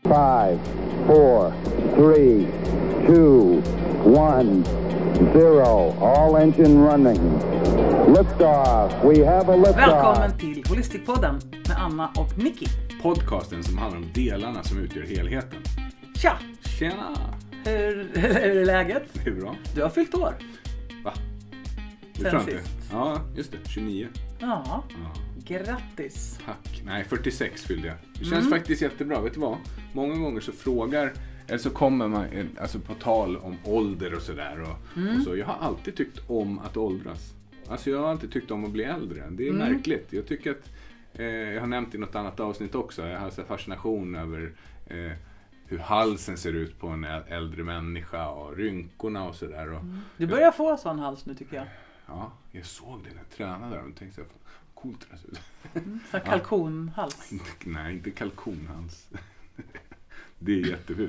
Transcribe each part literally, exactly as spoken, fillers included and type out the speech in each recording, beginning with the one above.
Five, four, three, two, one, zero. All engine running. Liftoff. We have a liftoff. Välkommen till Holistikpodden med Anna och Nicky. Podcasten som handlar om delarna som utgör helheten. Tja! Tjena! Hur, hur är läget? Det är bra. Du har fyllt år. Va? Det Sen tror jag inte. sist. Ja, just det. tjugonio. Ja, Ja. grattis. Tack. Nej, fyrtiosex fyllde jag. Det känns Mm. faktiskt jättebra. Vet du vad? Många gånger så frågar, eller så kommer man alltså på tal om ålder och sådär. Och, Mm. och så. Jag har alltid tyckt om att åldras. Alltså jag har alltid tyckt om att bli äldre. Det är Mm. märkligt. Jag tycker att, eh, jag har nämnt i något annat avsnitt också. Jag har så här fascination över eh, hur halsen ser ut på en äldre människa och rynkorna och sådär. Och, Du börjar få sån hals nu tycker jag. ja, jag såg det när jag tränade där och tänkte så här, coolt det ser ut. Mm, så kalkonhals. Inte, nej, inte kalkonhals. Det är jättefult.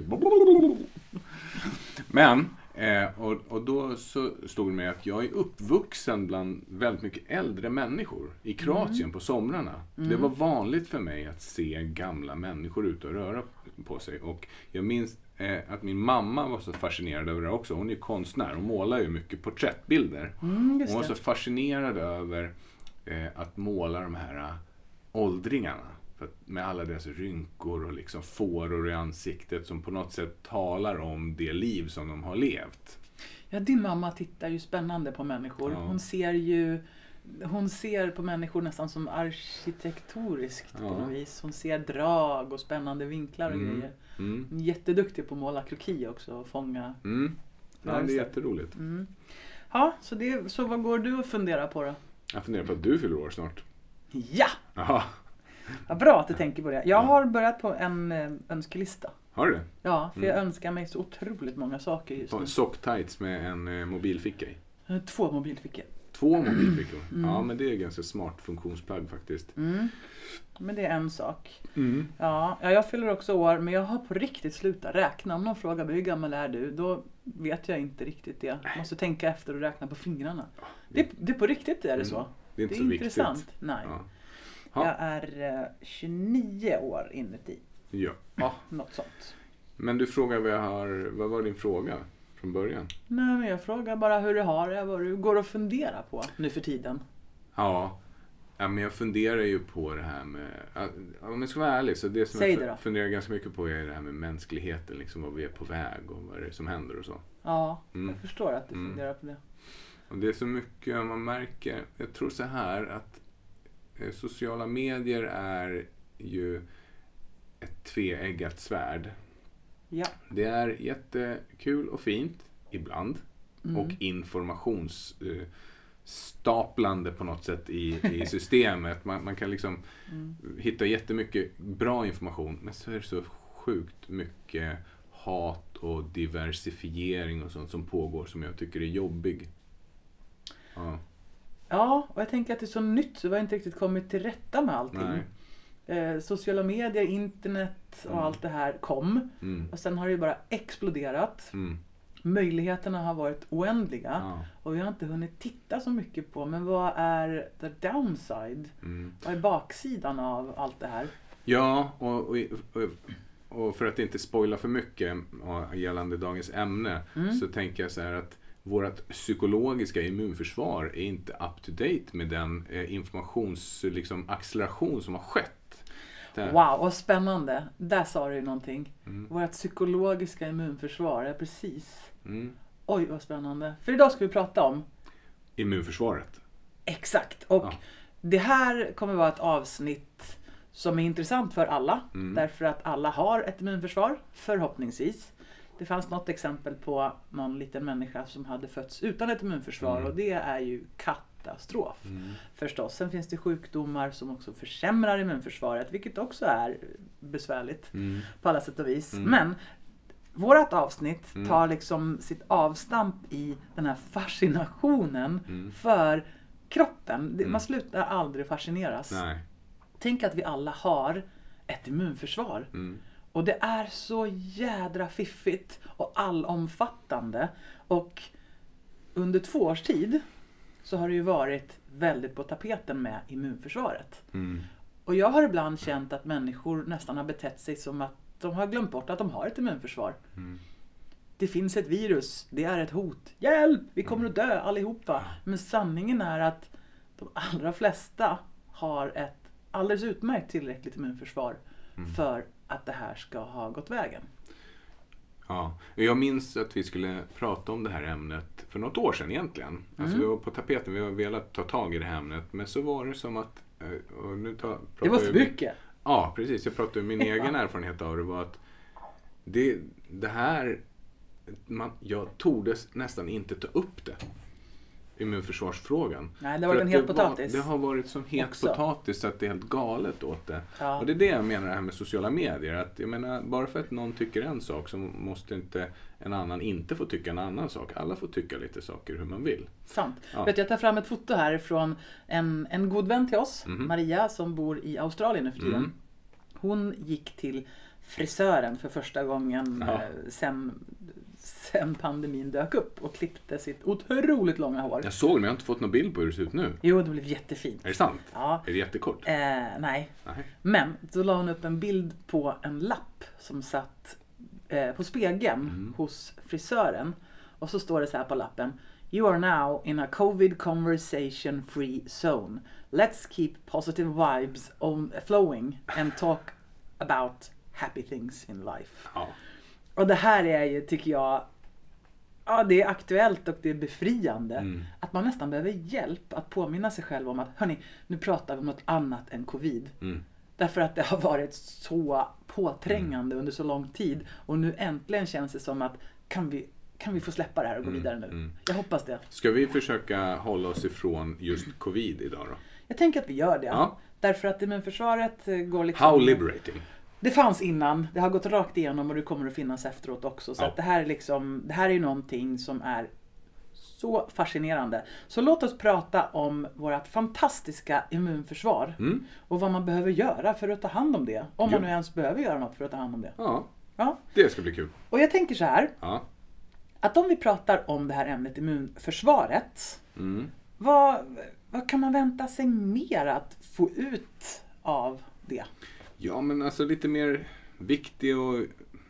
Men, eh, och, och då så stod det med att jag är uppvuxen bland väldigt mycket äldre människor i Kroatien mm. på somrarna. Mm. Det var vanligt för mig att se gamla människor ute och röra på sig. Och jag minns eh, att min mamma var så fascinerad över det också. Hon är ju konstnär, hon målar ju mycket porträttbilder. Mm, just hon var det. så fascinerad över eh, att måla de här uh, åldringarna. För att med alla deras rynkor och liksom fåror i ansiktet som på något sätt talar om det liv som de har levt. Ja, din mamma tittar ju spännande på människor. Ja. Hon ser ju hon ser på människor nästan som arkitektoriskt Ja. på något vis. Hon ser drag och spännande vinklar och Mm. grejer. Mm. Hon är jätteduktig på att måla kroki också och fånga. Mm. Ja, det är jätteroligt. Mm. Ja, så, det, så vad går du och funderar på då? Jag funderar på att du fyller år snart. Ja! Jaha, Vad bra att du tänker på det. Jag har börjat på en eh, önskelista. har du det? Ja, för jag Mm. önskar mig så otroligt många saker just På nu. socktights med en eh, mobilficka i. Eh, Två mobilfickor. Två mobilfickor. Mm. Ja, men det är ganska smart funktionsplagg faktiskt. Mm. Men det är en sak. Mm. Ja, ja, jag fyller också år, men jag har på riktigt slutat räkna. Om någon frågar mig hur gammal är du, då vet jag inte riktigt det. Jag måste tänka efter och räkna på fingrarna. Det, det är på riktigt, är det så? Mm. Det är inte det så är viktigt. intressant. Nej. Ja. Jag Ja. är eh, tjugonio år inuti. Ja. Ja, något sånt. Men du frågar vad jag har, vad var din fråga från början? Nej, men jag frågar bara hur du har det, vad du går och funderar på nu för tiden. Ja, ja men jag funderar ju på det här med, om jag ska vara ärlig, så det som Säg jag det då. funderar ganska mycket på är det här med mänskligheten, liksom vad vi är på väg och vad det är som händer och så. Ja, Mm. jag förstår att du Mm. funderar på det. Och det är så mycket man märker, jag tror så här att eh, sociala medier är ju ett tveeggat svärd. Ja. Det är jättekul och fint ibland Mm. och informations eh, staplande på något sätt i, i systemet. Man, man kan liksom Mm. hitta jättemycket bra information, men så är det så sjukt mycket hat och diversifiering och sånt som pågår som jag tycker är jobbig. Ja, Ja, och jag tänker att det är så nytt så vi har inte riktigt kommit till rätta med allting. nej. Eh, sociala medier, internet och Mm. allt det här kom. Mm, Och sen har det ju bara exploderat. mm, Möjligheterna har varit oändliga. ja, Och vi har inte hunnit titta så mycket på, men vad är the downside? mm. Vad är baksidan av allt det här? Ja, och, och, och, och för att inte spoila för mycket gällande dagens ämne Mm. så tänker jag så här att vårt psykologiska immunförsvar är inte up to date med den eh, informations liksom, acceleration som har skett. Det, Wow, vad spännande. Där sa du ju någonting. Mm, Vårt psykologiska immunförsvar är precis. mm. Oj, vad spännande. För idag ska vi prata om Immunförsvaret. exakt. Och Ja. det här kommer vara ett avsnitt som är intressant för alla. Mm. Därför att alla har ett immunförsvar, förhoppningsvis. Det fanns något exempel på någon liten människa som hade fötts utan ett immunförsvar. Mm. Och det är ju katastrof. Mm. Förstås. Sen finns det sjukdomar som också försämrar immunförsvaret. Vilket också är besvärligt Mm. på alla sätt och vis. Mm. Men vårat avsnitt Mm. tar liksom sitt avstamp i den här fascinationen Mm. för kroppen. Det- Mm. Man slutar aldrig fascineras. Nej. Tänk att vi alla har ett immunförsvar. Mm. Och det är så jädra fiffigt och allomfattande. Och under två års tid så har det ju varit väldigt på tapeten med immunförsvaret. Mm. Och jag har ibland känt att människor nästan har betett sig som att de har glömt bort att de har ett immunförsvar. Mm. Det finns ett virus, det är ett hot. Hjälp, vi kommer att dö allihopa. Men sanningen är att de allra flesta har ett alldeles utmärkt tillräckligt immunförsvar Mm. för att det här ska ha gått vägen. Ja, jag minns att vi skulle prata om det här ämnet för något år sedan egentligen. Mm. Alltså vi var på tapeten, vi har velat ta tag i det här ämnet. Men så var det som att... Och nu tar, Det var för vi, mycket. Ja, precis. Jag pratade om min Ja. egen erfarenhet av det. Var att det, det här... Man, jag tordes nästan inte ta upp det. Immunförsvarsfrågan. Nej, det var en För att het det var- potatis. Det har varit som het Också. potatis så att det är helt galet åt det. Ja. Och det är det jag menar det här med sociala medier. Att jag menar, bara för att någon tycker en sak så måste inte en annan inte få tycka en annan sak. Alla får tycka lite saker hur man vill. Sant. Ja. Vet du, jag tar fram ett foto här från en, en god vän till oss, Mhm. Maria, som bor i Australien nu för tiden. Mm. Hon gick till frisören för första gången Ja. eh, sen, sen pandemin dök upp och klippte sitt otroligt långa hår. Jag såg men jag har inte fått någon bild på hur det ser ut nu. Jo, det blev jättefint. Är det sant? Ja. Är det jättekort? Eh, nej. Nej. Men då la hon upp en bild på en lapp som satt eh, på spegeln Mm. hos frisören. Och så står det så här på lappen: You are now in a COVID conversation free zone. Let's keep positive vibes on flowing and talk about happy things in life. Ja. Och det här är ju, tycker jag, ja, det är aktuellt och det är befriande. Mm. Att man nästan behöver hjälp att påminna sig själv om att, hörni, nu pratar vi om något annat än covid. Mm. Därför att det har varit så påträngande under så lång tid. Och nu äntligen känns det som att kan vi, kan vi få släppa det här och gå Mm, vidare nu? mm. Jag hoppas det. Ska vi försöka hålla oss ifrån just covid idag då? Jag tänker att vi gör det. Ja. Därför att immunförsvaret eh, går liksom... How liberating. Det fanns innan, det har gått rakt igenom och det kommer att finnas efteråt också. Så Ja. att det här är liksom, det här är ju någonting som är så fascinerande. Så låt oss prata om vårt fantastiska immunförsvar. Mm. Och vad man behöver göra för att ta hand om det. Om man Jo. nu ens behöver göra något för att ta hand om det. Ja, Ja. det ska bli kul. Och jag tänker så här, Ja. att om vi pratar om det här ämnet immunförsvaret. Mm. Vad, vad kan man vänta sig mer att få ut av det? Ja, men alltså lite mer viktig och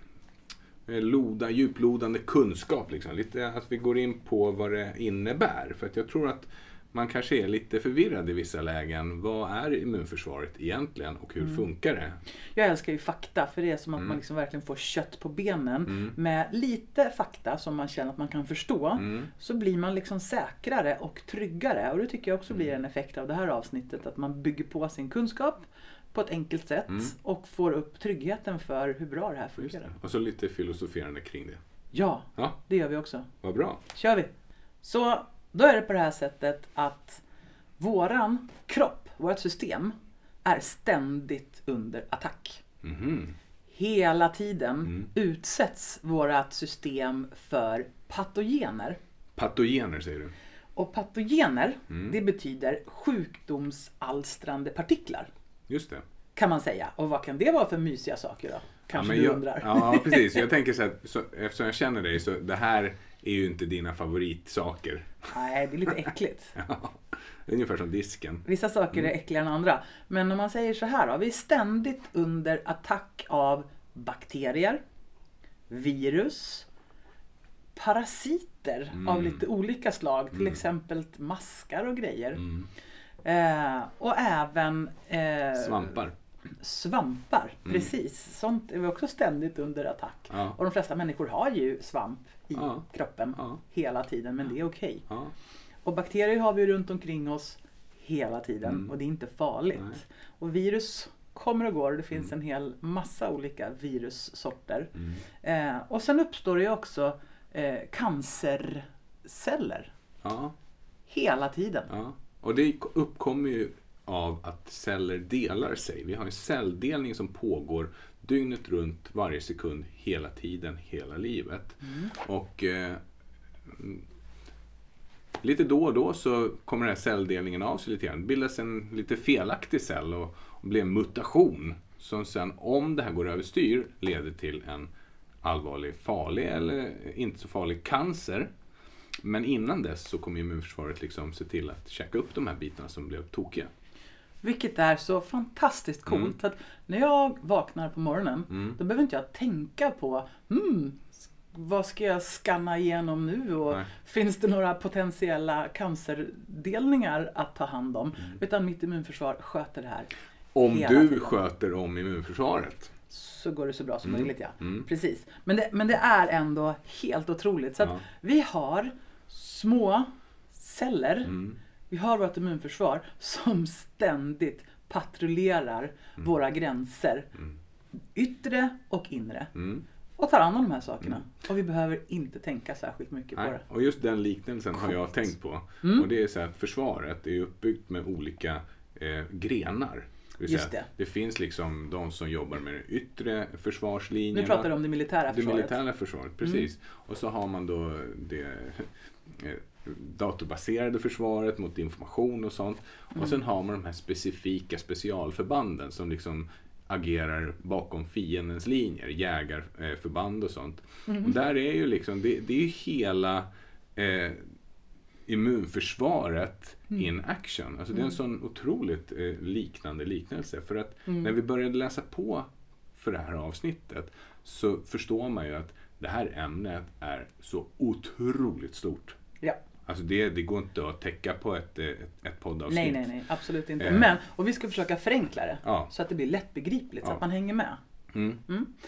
eh, loda, djuplodande kunskap. Liksom. Lite att vi går in på vad det innebär. För att jag tror att man kanske är lite förvirrad i vissa lägen. Vad är immunförsvaret egentligen och hur Mm. funkar det? Jag älskar ju fakta, för det är som att Mm. man liksom verkligen får kött på benen. Mm. Med lite fakta som man känner att man kan förstå. Mm. Så blir man liksom säkrare och tryggare. Och det tycker jag också blir en effekt av det här avsnittet. Att man bygger på sin kunskap på ett enkelt sätt. Mm. Och får upp tryggheten för hur bra det här Just funkar. det. Och så lite filosoferande kring det. Ja, Ja, det gör vi också. vad bra. Kör vi! Så då är det på det här sättet att våran kropp, vårt system, är ständigt under attack. Mhm. Hela tiden Mm. utsätts vårt system för patogener. Patogener säger du. Och patogener, Mm. det betyder sjukdomsalstrande partiklar, Just det. kan man säga. Och vad kan det vara för mysiga saker då? Kanske men du jag, undrar. Ja, precis. Jag tänker så att så, eftersom jag känner dig så det här är ju inte dina favoritsaker. Nej, det är lite äckligt. Ja, ungefär som disken. Vissa saker är äckligare än andra. Men om man säger så här då, vi är ständigt under attack av bakterier, virus, parasiter Mm. av lite olika slag. Till Mm. exempel maskar och grejer. Mm. Eh, och även eh, Svampar. svampar. Mm. Precis. Sånt är vi också ständigt under attack. Ja. Och de flesta människor har ju svamp i Ja. kroppen Ja. hela tiden. Men det är okej. Ja. Och bakterier har vi ju runt omkring oss hela tiden. Mm. Och det är inte farligt. Nej. Och virus kommer och går. Det finns en hel massa olika virussorter. Mm. Eh, och sen uppstår det ju också eh, cancerceller. Ja. Hela tiden. Ja. Och det uppkommer ju av att celler delar sig. Vi har en celldelning som pågår dygnet runt, varje sekund, hela tiden, hela livet. Mm. Och eh, lite då och då så kommer den här celldelningen av sig lite grann. Det bildas en lite felaktig cell och, och blir en mutation som sen, om det här går överstyr, leder till en allvarlig, farlig eller inte så farlig cancer. Men innan dess så kommer immunförsvaret liksom se till att checka upp de här bitarna som blev tokiga. Vilket är så fantastiskt coolt. Mm. Att när jag vaknar på morgonen, Mm. då behöver inte jag tänka på hmm, vad ska jag skanna igenom nu och Nej. finns det några potentiella cancerdelningar att ta hand om. Mm. Utan mitt immunförsvar sköter det här. Om hela du tiden. sköter om immunförsvaret. Så går det så bra som Mm. möjligt, ja. Mm. Precis. Men det, men det är ändå helt otroligt. Så att Ja. vi har små celler, Mm. vi har vårt immunförsvar som ständigt patrullerar våra gränser. Mm. Yttre och inre. Mm. Och tar hand om de här sakerna. Och vi behöver inte tänka särskilt mycket på Nej, det. och just den liknelsen har jag Coolt. tänkt på. Mm. Och det är så att försvaret är uppbyggt med olika eh, grenar. Det vill Just säga, det. det finns liksom de som jobbar med de yttre försvarslinjerna. Nu pratar du om det militära Det försvaret. militära försvaret, precis. Och så har man då det eh, datorbaserade försvaret mot information och sånt. Mm. Och sen har man de här specifika specialförbanden som liksom agerar bakom fiendens linjer, jägarförband och sånt. Mm. Och där är ju liksom, det, det är ju hela eh, immunförsvaret Mm. in action. Alltså det är en sån otroligt eh, liknande liknelse. För att Mm. när vi började läsa på för det här avsnittet så förstår man ju att det här ämnet är så otroligt stort. Ja. Alltså det, det går inte att täcka på ett, ett, ett poddavsnitt. Nej, nej, nej. Absolut inte. Eh. Men, och vi ska försöka förenkla det. Ja. Så att det blir lättbegripligt. Så Ja. att man hänger med. Mm.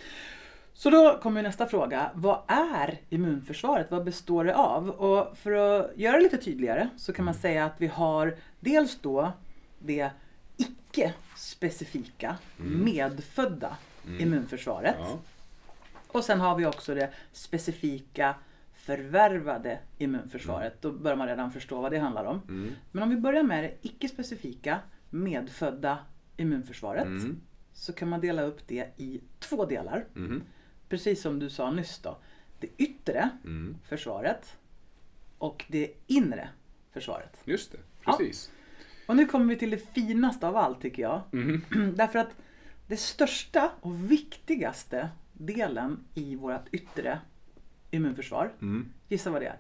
Så då kommer nästa fråga. Vad är immunförsvaret? Vad består det av? Och för att göra det lite tydligare så kan man säga att vi har dels då det icke-specifika medfödda immunförsvaret. Ja. Och sen har vi också det specifika förvärvade immunförsvaret. Då börjar man redan förstå vad det handlar om. Mm. Men om vi börjar med det icke-specifika medfödda immunförsvaret Mm. så kan man dela upp det i två delar. Mm. Precis som du sa nyss då. Det yttre Mm. försvaret och det inre försvaret. Just det, precis. Och nu kommer vi till det finaste av allt tycker jag. Mm. Därför att det största och viktigaste delen i vårt yttre immunförsvar, Mm. gissa vad det är?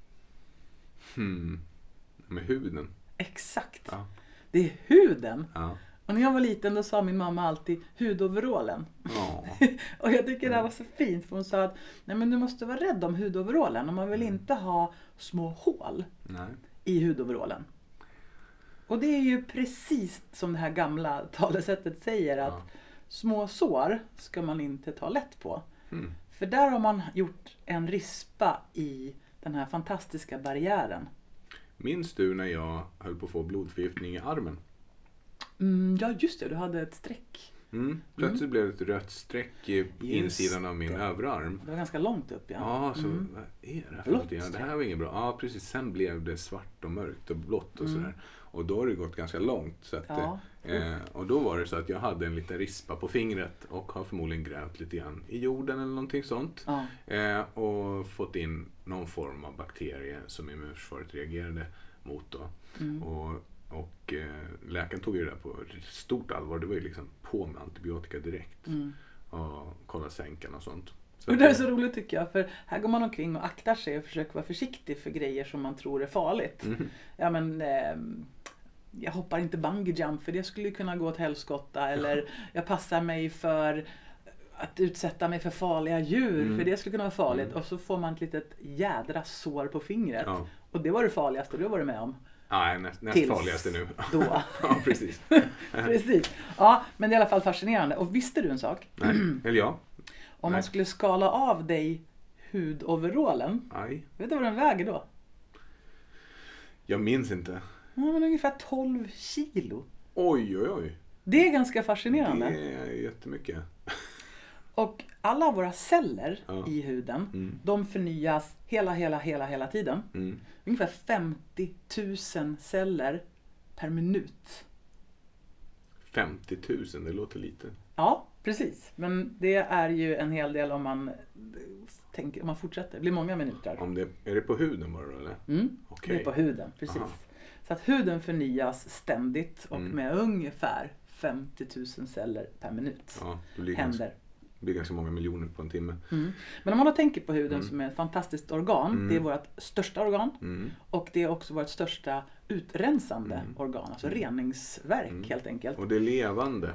Hmm. Med huden. Exakt. Ja. Det är huden. Ja. Och när jag var liten då sa min mamma alltid hudoverallen. Ja. Och jag tycker det här var så fint för hon sa att nej men du måste vara rädd om hudoverallen och man vill inte ha små hål Nej. i hudoverallen. Och det är ju precis som det här gamla talesättet säger att Ja. små sår ska man inte ta lätt på. Mm. För där har man gjort en rispa i den här fantastiska barriären. Minns du när jag höll på att få blodförgiftning i armen? Mm, ja just det, du hade ett streck. Mm. Plötsligt blev det ett rött streck i insidan av min det. överarm. Det var ganska långt upp ja. Ja, så Mm. vad är det här för Blått någonting? Ja, det här var inget bra. Ja, precis. Sen blev det svart och mörkt och blått och Mm. sådär. Och då har det gått ganska långt. Så att, Ja. eh, och då var det så att jag hade en liten rispa på fingret och har förmodligen grävt lite grann i jorden eller någonting sånt. Ja. Eh, och fått in någon form av bakterie som immunförsvaret reagerade mot då. Mm. Och, och eh, läkaren tog ju det där på stort allvar. Det var ju liksom på med antibiotika direkt. Mm. Och kolla sänkan och sånt. Så Och att det är så roligt tycker jag, för här går man omkring och aktar sig och försöker vara försiktig för grejer som man tror är farligt. Mm. Ja men, eh, jag hoppar inte bungee jump för det skulle ju kunna gå åt helskotta. Eller jag passar mig för att utsätta mig för farliga djur, Mm. för det skulle kunna vara farligt. Mm. Och så får man ett litet jädra sår på fingret. Ja. Och det var det farligaste du har varit med om. Nej, näst, näst Tills farligaste nu. Då. Ja, precis. Precis. Ja, men det är i alla fall fascinerande. Och visste du en sak? Nej. Eller ja. Om man Nej. skulle skala av dig hudoverallen, Aj. vet du vad den väger då? Jag minns inte. Ja, men ungefär tolv kilo. Oj, oj, oj. Det är ganska fascinerande. Det är jättemycket. Och alla våra celler Ja. i huden, Mm. de förnyas hela, hela, hela, hela tiden. Mm. Ungefär femtio tusen celler per minut. femtio tusen, det låter lite. Ja, precis. Men det är ju en hel del om man, tänker, om man fortsätter. Det blir många minuter. Om det, är det på huden bara då, eller? Mm. Okej. Det är på huden, precis. Aha. Så att huden förnyas ständigt och Mm. med ungefär femtio tusen celler per minut. Ja, det blir ganska, Händer. Det blir ganska många miljoner på en timme. Mm. Men om man då tänker på huden Mm. som är ett fantastiskt organ, Mm. det är vårt största organ Mm. och det är också vårt största utrensande Mm. organ, alltså reningsverk Mm. helt enkelt. Och det är levande.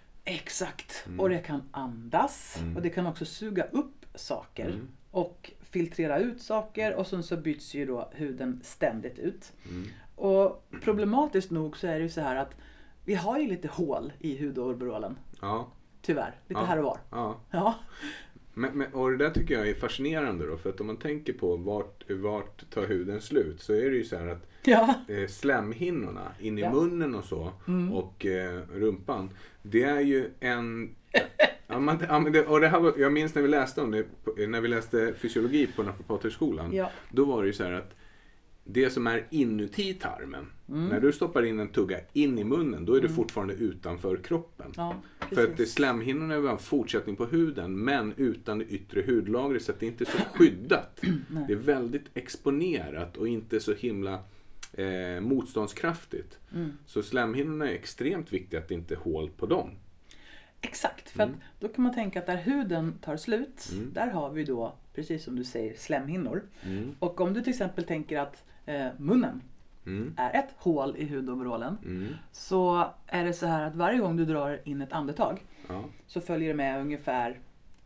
Exakt, Mm. och det kan andas Mm. och det kan också suga upp saker Mm. och filtrera ut saker och sen så byts ju då huden ständigt ut. Mm. Och problematiskt nog så är det ju så här att vi har ju lite hål i hudoverallen, Ja. tyvärr, lite Ja. här och var. Ja. Ja, Men, men, och det där tycker jag är fascinerande då. För att om man tänker på vart, vart tar huden slut. Så är det ju så här att ja. eh, slemhinnorna in i Ja. munnen och så. Mm. Och eh, rumpan. Det är ju en... ja, man, ja, men det, och det här var, jag minns när vi läste om det. på- När vi läste fysiologi på Naprapathögskolan. Ja. Då var det ju så här att det som är inuti tarmen. Mm. När du stoppar in en tugga in i munnen. Då är det fortfarande utanför kroppen. Ja, För att det, precis. slemhinnorna är bara en fortsättning på huden, men utan det yttre hudlagret, så att det inte är så skyddat. Det är väldigt exponerat och inte så himla eh, motståndskraftigt. Mm. Så slemhinnorna är extremt viktiga att det inte är hål på dem. Exakt, för att då kan man tänka att där huden tar slut, Mm. där har vi då, precis som du säger, slemhinnor. Mm. Och om du till exempel tänker att eh, munnen Mm. är ett hål i hudoverallen, Mm. så är det så här att varje gång du drar in ett andetag Ja. så följer det med ungefär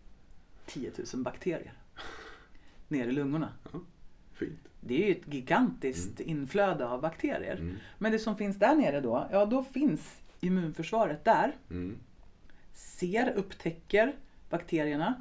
tio tusen bakterier ner i lungorna. Fint. Det är ju ett gigantiskt inflöde av bakterier. Mm. Men det som finns där nere då, ja då finns immunförsvaret där. Mm. Ser, upptäcker bakterierna,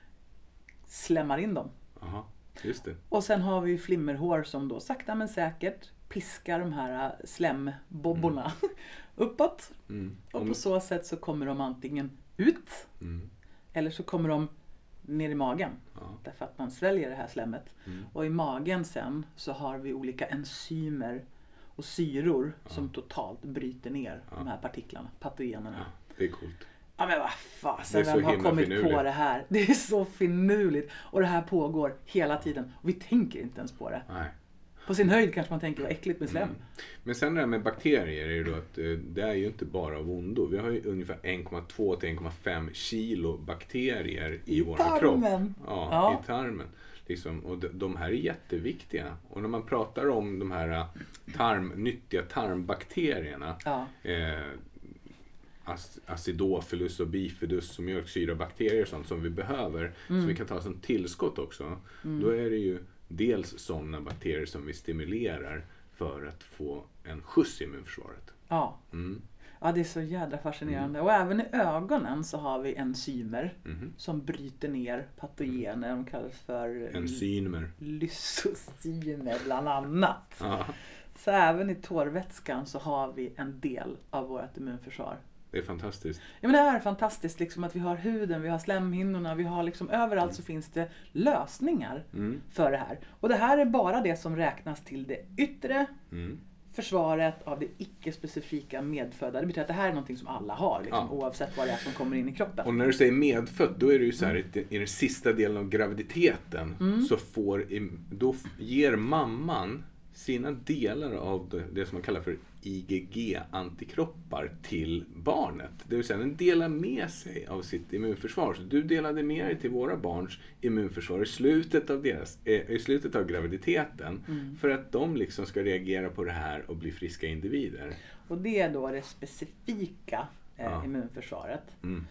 slämmar in dem. Aha. Just det. Och sen har vi ju flimmerhår som då sakta men säkert piskar de här slembobborna uppåt. Mm. Och Om, på så sätt så kommer de antingen ut mm. eller så kommer de ner i magen. Ja. Därför att man sväljer det här slemmet. Mm. Och i magen sen så har vi olika enzymer och syror som totalt bryter ner de här partiklarna, patogenerna. Ja, det är coolt. Ja men vad fasen, Det är så vem har himla kommit på finurligt. det här? Det är så finurligt. Och det här pågår hela tiden. Och vi tänker inte ens på det. Nej. På sin höjd kanske man tänker vad äckligt med slem. Mm. Men sen det här med bakterier är ju då att eh, det är ju inte bara av ondo. Vi har ju ungefär en komma två till en komma fem kilo bakterier i, I vår tarmen. kropp. Ja, Ja. i tarmen. Liksom, och de, de här är jätteviktiga. Och när man pratar om de här tarm, nyttiga tarmbakterierna, Ja. eh, ac- acidophilus och bifidus och mjölksyrabakterier och sånt som vi behöver, som vi kan ta som tillskott också. Då är det ju dels sådana bakterier som vi stimulerar för att få en skjuts i immunförsvaret. Ja. Mm. Ja, det är så jädra fascinerande. Och även i ögonen så har vi enzymer Mhm. som bryter ner patogener. De kallas för Enzymer. lysozymer bland annat. Ja, Så även i tårvätskan så har vi en del av vårt immunförsvar. det är fantastiskt. Ja, men det är fantastiskt liksom att vi har huden, vi har slemhinnorna, vi har liksom överallt så finns det lösningar Mm. för det här. Och det här är bara det som räknas till det yttre Mm. försvaret av det icke-specifika medfödda. Det betyder att det här är någonting som alla har, liksom, Ja. oavsett vad det är som kommer in i kroppen. Och när du säger medfött, då är det ju så här i- i den sista delen av graviditeten så får, då ger mamman sina delar av det, det som man kallar för I G G-antikroppar till barnet. Det vill säga den delar med sig av sitt immunförsvar. Så du delade med dig till våra barns immunförsvar i slutet av, deras, eh, i slutet av graviditeten för att de liksom ska reagera på det här och bli friska individer. Och det är då det specifika eh, Ja. immunförsvaret. Mm.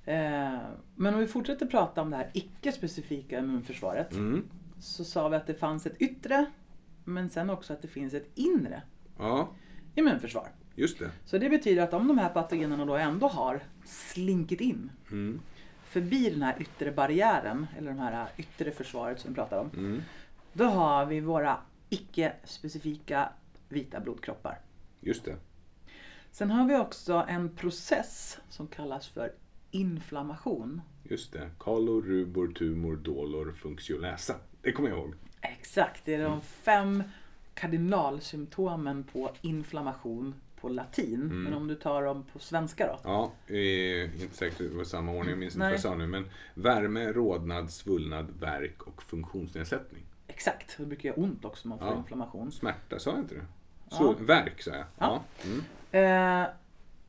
Eh, men om vi fortsätter prata om det här icke-specifika immunförsvaret Mm. så sa vi att det fanns ett yttre men sen också att det finns ett inre Ja, immunförsvar. just det. Så det betyder att om de här patogenerna då ändå har slinkit in Mm. förbi den här yttre barriären eller de här yttre försvaret som vi pratar om. Mm. Då har vi våra icke-specifika vita blodkroppar. Just det. Sen har vi också en process som kallas för inflammation. Just det. Calor, rubor, tumor, dolor, functionläsa. Det kommer jag ihåg. Exakt, det är de fem kardinalsymptomen på inflammation på latin. Mm. Men om du tar dem på svenska då? Ja, eh, inte säkert det var samma ordning, jag minns inte Nej. vad jag sa nu. Men värme, rodnad, svullnad, värk och funktionsnedsättning. Exakt, det brukar göra ont också om man får Ja. inflammation. Smärta, sa jag inte det? Ja. Så, värk, sa jag. Ja. Ja. Mm. Eh,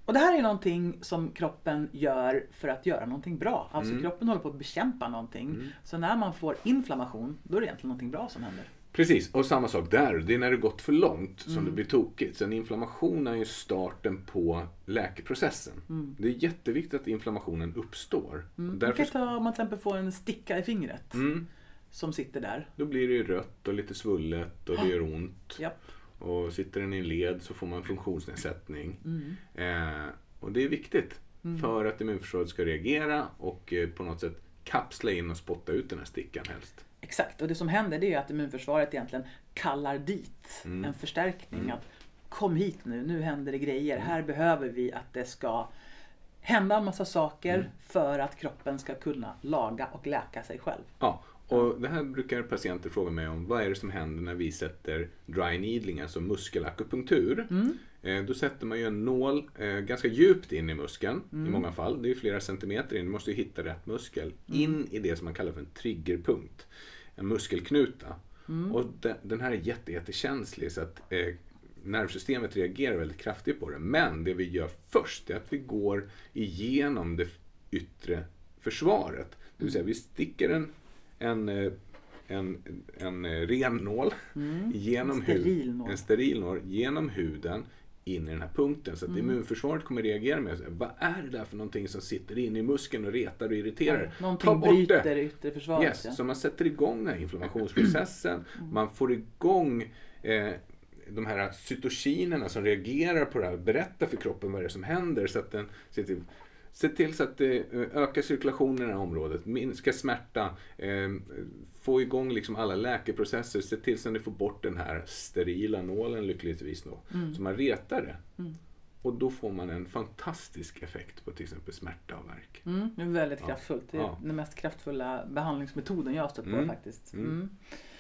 Och det här är ju någonting som kroppen gör för att göra någonting bra. Alltså Mm. kroppen håller på att bekämpa någonting. Mm. Så när man får inflammation, då är det egentligen någonting bra som händer. Precis, och samma sak där. Det är när det gått för långt som Mm. det blir tokigt. Så en inflammation är ju starten på läkeprocessen. Mm. Det är jätteviktigt att inflammationen uppstår. Mm. Och Man därför, kan ta om man till exempel får en sticka i fingret mm, som sitter där. då blir det ju rött och lite svullet och det gör ont. Japp. Och sitter den i en led så får man funktionsnedsättning. Mm. Eh, och det är viktigt Mm. för att immunförsvaret ska reagera och eh, på något sätt kapsla in och spotta ut den här stickan helst. Exakt, och det som händer det är ju att immunförsvaret egentligen kallar dit Mm. en förstärkning. Mm. Att kom hit nu, nu händer det grejer. Här behöver vi att det ska hända en massa saker Mm. för att kroppen ska kunna laga och läka sig själv. Ja, och det här brukar patienter fråga mig om. Vad är det som händer när vi sätter dry needling, alltså muskelakupunktur? Mm. Eh, då sätter man ju en nål eh, ganska djupt in i muskeln Mm. i många fall. Det är flera centimeter in. Du måste ju hitta rätt muskel. In i det som man kallar för en triggerpunkt. En muskelknuta. Mm. Och de, den här är jätte, jättekänslig så att eh, nervsystemet reagerar väldigt kraftigt på det. Men det vi gör först är att vi går igenom det yttre försvaret. Det vill säga vi sticker en, en, eh, en, en eh, ren nål Mm. genom En steril hud, nål. en steril nål genom huden in i den här punkten. Så att Mm. immunförsvaret kommer reagera med sig. Vad är det där för någonting som sitter inne i muskeln och retar och irriterar? Ta Någonting bort bryter det! det yttre försvaret. Yes, Ja. så man sätter igång den här inflammationsprocessen. Man får igång eh, de här cytokinerna som reagerar på det här. Berättar för kroppen vad det är som händer. Så att den ser till, se till så att det ökar cirkulationen i det här området. Minska smärta. Eh, få igång liksom alla läkeprocesser. Se till så att ni får bort den här sterila nålen lyckligtvis då. Mm. Så man retar det. Mm. Och då får man en fantastisk effekt på till exempel smärta och värk. Mm, det är väldigt Ja. kraftfullt. Det är Ja. den mest kraftfulla behandlingsmetoden jag har stött på Mm. faktiskt. Mm. Mm.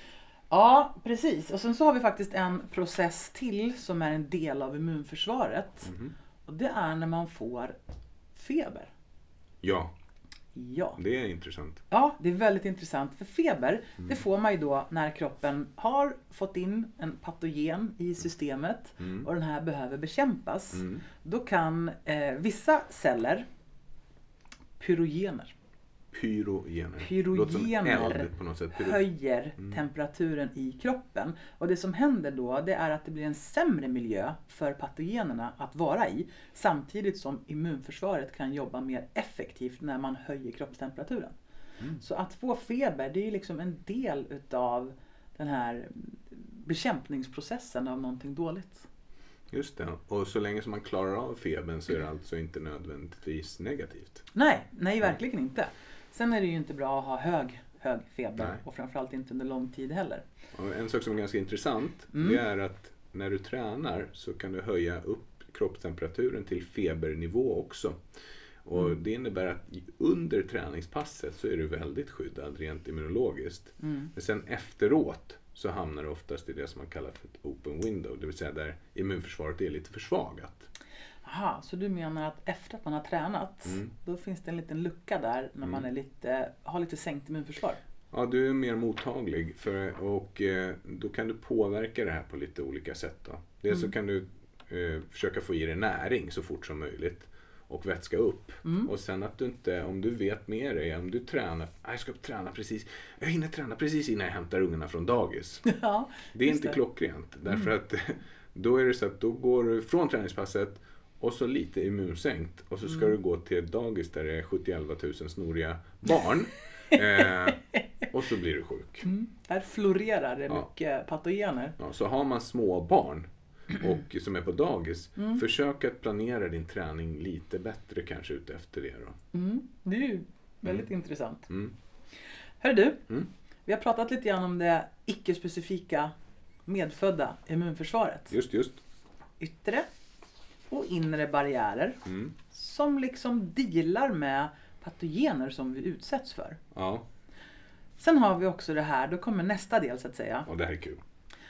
Ja, precis. Och sen så har vi faktiskt en process till som är en del av immunförsvaret. Mhm. Och det är när man får feber. Ja, Ja. det är intressant. Ja, det är väldigt intressant. För feber, det får man ju då när kroppen har fått in en patogen i systemet Mm. och den här behöver bekämpas. Mm. Då kan eh, vissa celler, pyrogener, Pyrogener. Pyrogener Låter som eld på något sätt. Pyro- höjer Mm. temperaturen i kroppen. Och det som händer då, det är att det blir en sämre miljö för patogenerna att vara i. Samtidigt som immunförsvaret kan jobba mer effektivt när man höjer kroppstemperaturen. Mm. Så att få feber, det är ju liksom en del utav den här bekämpningsprocessen av någonting dåligt. Just det. Och så länge som man klarar av febern så är det alltså inte nödvändigtvis negativt. Nej, nej verkligen inte. Sen är det ju inte bra att ha hög, hög feber Nej. och framförallt inte under lång tid heller. Och en sak som är ganska intressant Mm. det är att när du tränar så kan du höja upp kroppstemperaturen till febernivå också. Och Mm. det innebär att under träningspasset så är du väldigt skyddad rent immunologiskt. Mm. Men sen efteråt så hamnar du oftast i det som man kallar för ett open window. Det vill säga där immunförsvaret är lite försvagat. Aha, så du menar att efter att man har tränat, Mm. då finns det en liten lucka där när man är lite, har lite sänkt immunförsvar? Ja, du är mer mottaglig för, och eh, då kan du påverka det här på lite olika sätt. Då. Dels Mm. så kan du eh, försöka få i dig näring så fort som möjligt och vätska upp. Mm. Och sen att du inte, om du vet med dig, om du tränar, "Ah, jag ska träna precis, jag hinner träna precis innan jag hämtar ungarna från dagis. Ja, Det är just inte det. klockrent. Därför att då är det så att då går du från träningspasset och så lite immunsänkt och så ska Mm. du gå till ett dagis där det är sjuttioelva tusen snoriga barn. eh, och så blir du sjuk. Mm. Där florerar det Ja. mycket patogener. Ja, så har man små barn och som är på dagis, Mm. försök att planera din träning lite bättre kanske ut efter det då. Mm. Det är ju väldigt intressant. Mm. Hör du, Mm. vi har pratat lite grann om det icke-specifika medfödda immunförsvaret. Just, just. Yttre och inre barriärer Mm. som liksom dealar med patogener som vi utsätts för. Ja, Sen har vi också det här, då kommer nästa del så att säga. och det här är kul.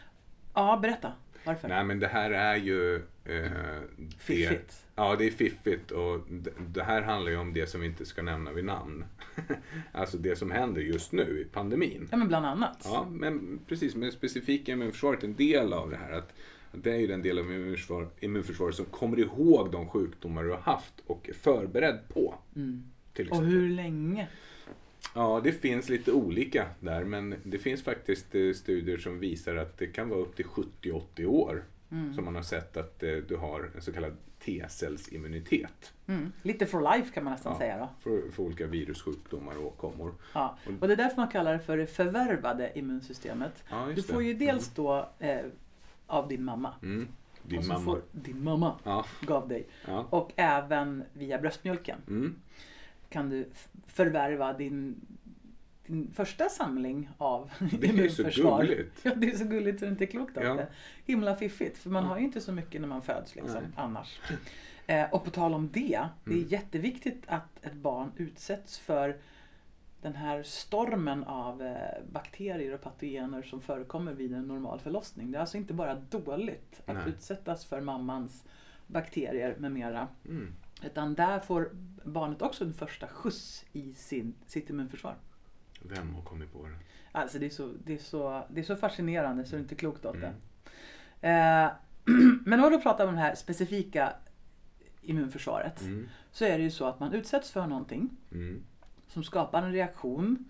Ja, berätta. Varför? Nej, men det här är ju... Eh, det, Fiffigt. ja, det är fiffigt och det, det här handlar ju om det som vi inte ska nämna vid namn. Alltså det som händer just nu i pandemin. Ja, men bland annat. Ja, men precis, men specifika immunförsvaret är en del av det här. Att det är ju den del av immunförsvar, immunförsvaret som kommer ihåg de sjukdomar du har haft och är förberedd på. Mm. Till Och hur länge? Ja, det finns lite olika där, men det finns faktiskt eh, studier som visar att det kan vara upp till sjuttio till åttio år mm. som man har sett att eh, du har en så kallad T-cellsimmunitet. Mm. Lite for life kan man nästan ja, säga då. För, för olika virussjukdomar och åkommor. Ja, och det är därför man kallar det för det förvärvade immunsystemet. Ja, du får det. ju dels då eh, av din mamma. Mm. Din och så mamma. Får din mamma ja. gav dig. Ja. Och även via bröstmjölken mm. kan du förvärva din, din första samling av det immunförsvar. Det är så gulligt. Ja, det är så gulligt så det inte är klokt av ja. det. Himla fiffigt, för man ja. har ju inte så mycket när man föds liksom, Nej. annars. Eh, och på tal om det, det är Mm. jätteviktigt att ett barn utsätts för den här stormen av eh, bakterier och patogener som förekommer vid en normal förlossning. Det är alltså inte bara dåligt att Nej. utsättas för mammans bakterier med mera. Mm. Utan där får barnet också en första skjuts i sin, sitt immunförsvar. Vem har kommit på det? Alltså det är så, det är så, det är så fascinerande så det är inte klokt åt det. Mm. Eh, men när du pratar om det här specifika immunförsvaret Mm. så är det ju så att man utsätts för någonting Mm. som skapar en reaktion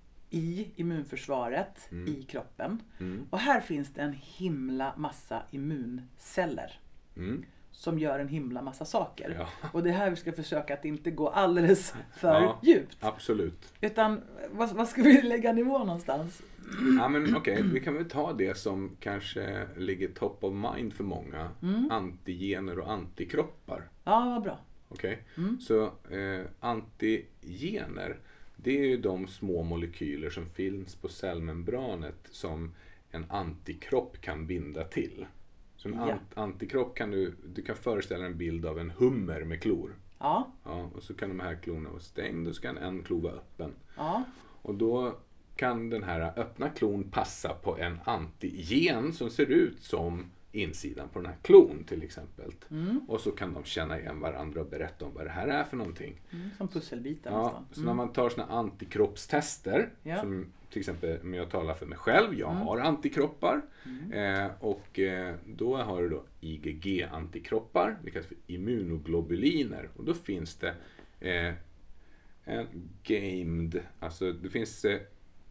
i immunförsvaret Mm. i kroppen. Mm. Och här finns det en himla massa immunceller Mm. som gör en himla massa saker. Ja. Och det är här vi ska försöka att inte gå alldeles för Ja. djupt. Absolut. Utan vad, vad ska vi lägga nivå någonstans? Ja, men okej, okay. Vi kan väl ta det som kanske ligger top of mind för många. Mm. Antigener och antikroppar. Ja, vad bra. Okej, okay. Mm. Så eh, antigener, det är ju de små molekyler som finns på cellmembranet som en antikropp kan binda till. Så en Ja. ant- antikropp kan du, du kan föreställa en bild av en hummer med klor. Ja, Ja, och så kan de här klorna vara stängd och så kan en klo vara öppen. ja. Och då kan den här öppna klon passa på en antigen som ser ut som insidan på den här klon till exempel. Mm. Och så kan de känna igen varandra och berätta om vad det här är för någonting. Mm, som pusselbitar Ja, nästan. så när man tar såna antikroppstester, Ja. som till exempel om jag talar för mig själv, jag Mm. har antikroppar. Mm. Eh, och eh, då har du då I G G-antikroppar, vilket är immunoglobuliner. Och då finns det eh, en gamed, alltså det finns eh,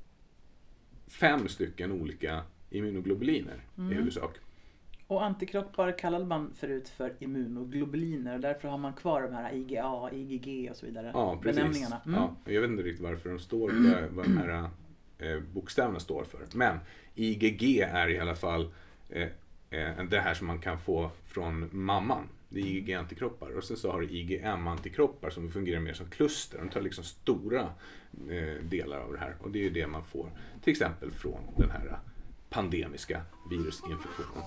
fem stycken olika immunoglobuliner Mm. i huvudsak. Och antikroppar kallade man förut för immunoglobuliner och därför har man kvar de här I G A, I G G och så vidare. Ja, precis. Benämningarna. Mm. Ja, jag vet inte riktigt varför de står, vad, vad de här eh, bokstäverna står för. Men I G G är i alla fall eh, eh, det här som man kan få från mamman. Det är I G G-antikroppar. Och sen så har du I G M-antikroppar som fungerar mer som kluster. De tar liksom stora eh, delar av det här. Och det är ju det man får till exempel från den här pandemiska virusinfektionen.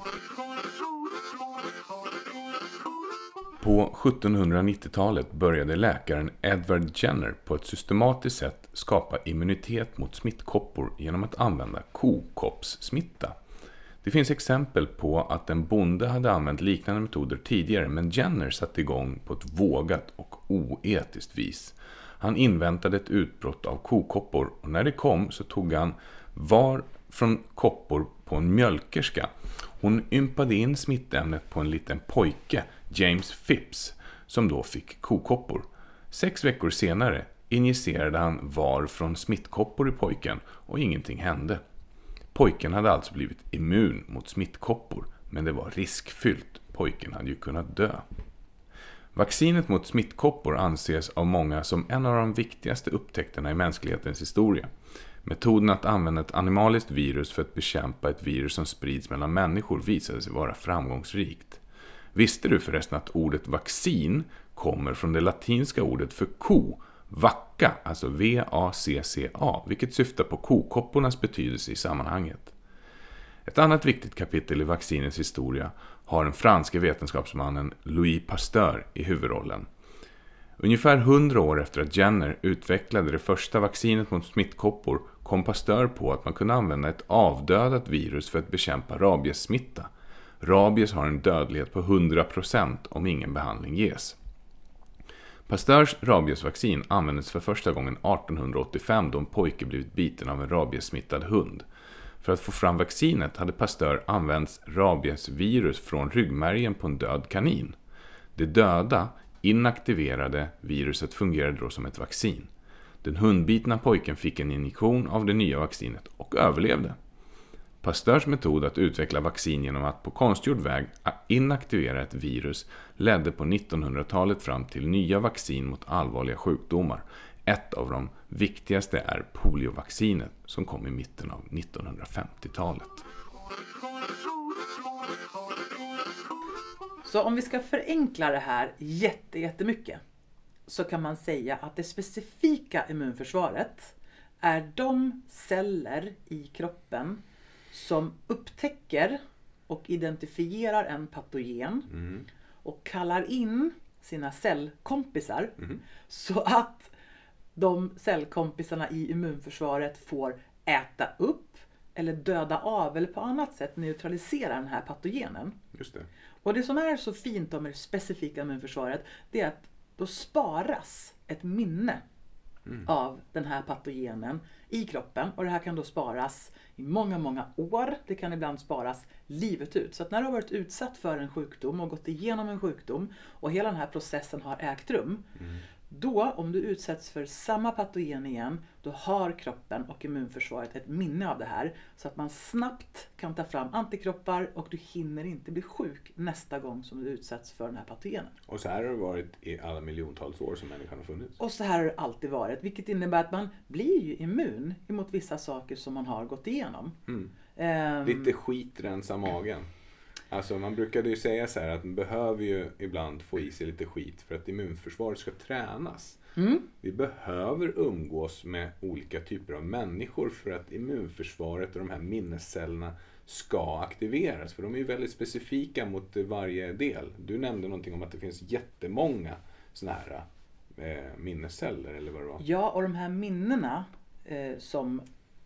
På sjuttonhundranittiotalet började läkaren Edward Jenner på ett systematiskt sätt skapa immunitet mot smittkoppor genom att använda kokoppssmitta. Det finns exempel på att en bonde hade använt liknande metoder tidigare, men Jenner satte igång på ett vågat och oetiskt vis. Han inväntade ett utbrott av kokoppor och när det kom så tog han var från koppor på en mjölkerska. Hon ympade in smittämnet på en liten pojke, James Phipps, som då fick kokoppor. Sex veckor senare injicerade han var från smittkoppor i pojken och ingenting hände. Pojken hade alltså blivit immun mot smittkoppor, men det var riskfyllt. Pojken hade ju kunnat dö. Vaccinet mot smittkoppor anses av många som en av de viktigaste upptäckterna i mänsklighetens historia. Metoden att använda ett animaliskt virus för att bekämpa ett virus som sprids mellan människor visade sig vara framgångsrikt. Visste du förresten att ordet vaccin kommer från det latinska ordet för ko, vacca, alltså V A C C A, vilket syftar på kokoppornas betydelse i sammanhanget. Ett annat viktigt kapitel i vaccinets historia har den franske vetenskapsmannen Louis Pasteur i huvudrollen. Ungefär hundra år efter att Jenner utvecklade det första vaccinet mot smittkoppor kom Pasteur på att man kunde använda ett avdödat virus för att bekämpa rabiessmitta. Rabies har en dödlighet på hundra procent om ingen behandling ges. Pasteurs rabiesvaccin användes för första gången artonhundraåttiofem då en pojke blivit biten av en rabiessmittad hund. För att få fram vaccinet hade Pasteur använt rabiesvirus från ryggmärgen på en död kanin. Det döda, inaktiverade viruset fungerade då som ett vaccin. Den hundbitna pojken fick en injektion av det nya vaccinet och överlevde. Pasteurs metod att utveckla vaccin genom att på konstgjord väg inaktivera ett virus ledde på nittonhundratalet fram till nya vaccin mot allvarliga sjukdomar. Ett av de viktigaste är poliovaccinet som kom i mitten av nittonhundrafemtiotalet. Så om vi ska förenkla det här jätte, jättemycket så kan man säga att det specifika immunförsvaret är de celler i kroppen som upptäcker och identifierar en patogen mm. och kallar in sina cellkompisar mm. så att de cellkompisarna i immunförsvaret får äta upp eller döda av eller på annat sätt neutralisera den här patogenen. Just det. Och det som är så fint om det specifika immunförsvaret, det är att då sparas ett minne mm. av den här patogenen i kroppen. Och det här kan då sparas i många, många år. Det kan ibland sparas livet ut. Så att när du har varit utsatt för en sjukdom och gått igenom en sjukdom och hela den här processen har ägt rum, mm. då, om du utsätts för samma patogen igen, då har kroppen och immunförsvaret ett minne av det här. Så att man snabbt kan ta fram antikroppar och du hinner inte bli sjuk nästa gång som du utsätts för den här patogenen. Och så här har det varit i alla miljontals år som människan har funnits. Och så här har det alltid varit. Vilket innebär att man blir ju immun emot vissa saker som man har gått igenom. Mm. Um, Lite skit rensa magen. Alltså man brukade ju säga så här att man behöver ju ibland få i sig lite skit för att immunförsvaret ska tränas. Mm. Vi behöver umgås med olika typer av människor för att immunförsvaret och de här minnescellerna ska aktiveras. För de är ju väldigt specifika mot varje del. Du nämnde någonting om att det finns jättemånga såna här eh, minnesceller eller vad det var. Ja, och de här minnena eh, som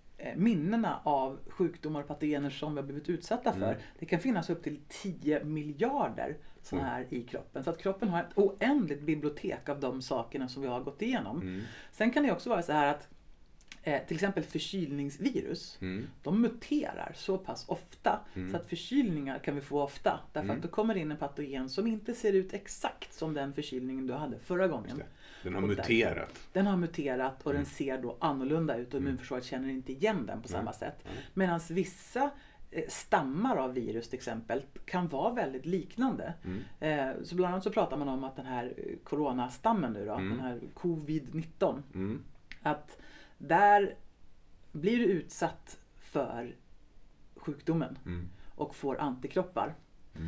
minnena av sjukdomar och patogener som vi har blivit utsatta för. Mm. Det kan finnas upp till tio miljarder sådana här mm. i kroppen. Så att kroppen har ett oändligt bibliotek av de sakerna som vi har gått igenom. Mm. Sen kan det också vara så här att eh, till exempel förkylningsvirus, mm. de muterar så pass ofta mm. så att förkylningar kan vi få ofta. Därför mm. att det kommer in en patogen som inte ser ut exakt som den förkylningen du hade förra gången. Den har och muterat. Därför, den har muterat och mm. den ser då annorlunda ut och immunförsvaret känner inte igen den på samma mm. sätt. Mm. Medan vissa eh, stammar av virus till exempel kan vara väldigt liknande. Mm. Eh, så bland annat så pratar man om att den här coronastammen nu då, mm. den här covid nitton, mm. att där blir du utsatt för sjukdomen mm. och får antikroppar. Mm.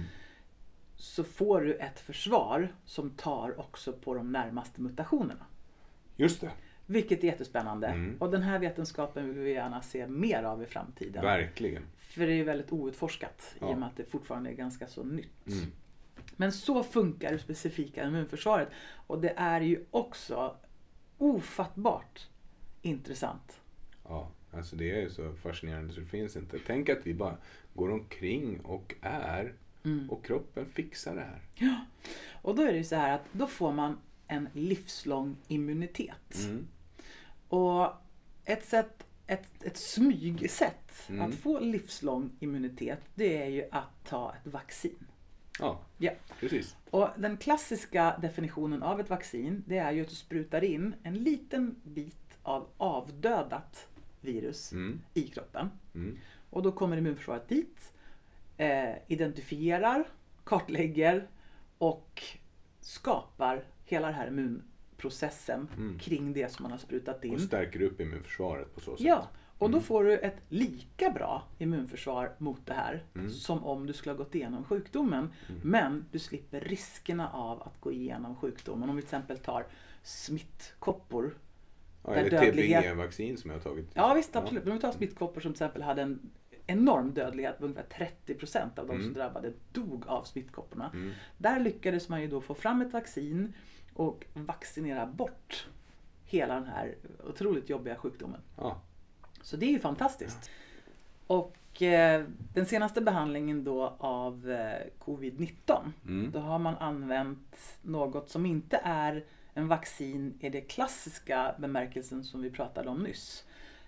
Så får du ett försvar som tar också på de närmaste mutationerna. Just det. Vilket är jättespännande. Mm. Och den här vetenskapen vill vi gärna se mer av i framtiden. Verkligen. För det är väldigt outforskat ja. i och med att det fortfarande är ganska så nytt. Mm. Men så funkar det specifika immunförsvaret. Och det är ju också ofattbart intressant. Ja, alltså det är ju så fascinerande så det finns inte. Tänk att vi bara går omkring och är mm. och kroppen fixar det här. Ja, och då är det ju så här att då får man en livslång immunitet. Mm. Och ett sätt, ett, ett smygsätt mm. att få livslång immunitet, det är ju att ta ett vaccin. Ja, ja, precis. Och den klassiska definitionen av ett vaccin, det är ju att du sprutar in en liten bit av avdödat virus mm. i kroppen. Mm. Och då kommer immunförsvaret dit, eh, identifierar, kartlägger och skapar hela den här immunprocessen mm. kring det som man har sprutat in. Och stärker upp immunförsvaret på så sätt. Ja, och då mm. får du ett lika bra immunförsvar mot det här mm. som om du skulle ha gått igenom sjukdomen. Mm. Men du slipper riskerna av att gå igenom sjukdomen. Om vi till exempel tar smittkoppor. Ja, eller dödlighet... T B E-vaccin som jag har tagit. Ja visst, absolut. Men om vi tar smittkoppor som till exempel hade en enorm dödlighet, ungefär trettio procent av de mm. som drabbade dog av smittkopporna. Mm. Där lyckades man ju då få fram ett vaccin och vaccinera bort hela den här otroligt jobbiga sjukdomen. Ja. Så det är ju fantastiskt. Ja. Och eh, den senaste behandlingen då av eh, covid nitton, mm. då har man använt något som inte är en vaccin i det klassiska bemärkelsen som vi pratade om nyss.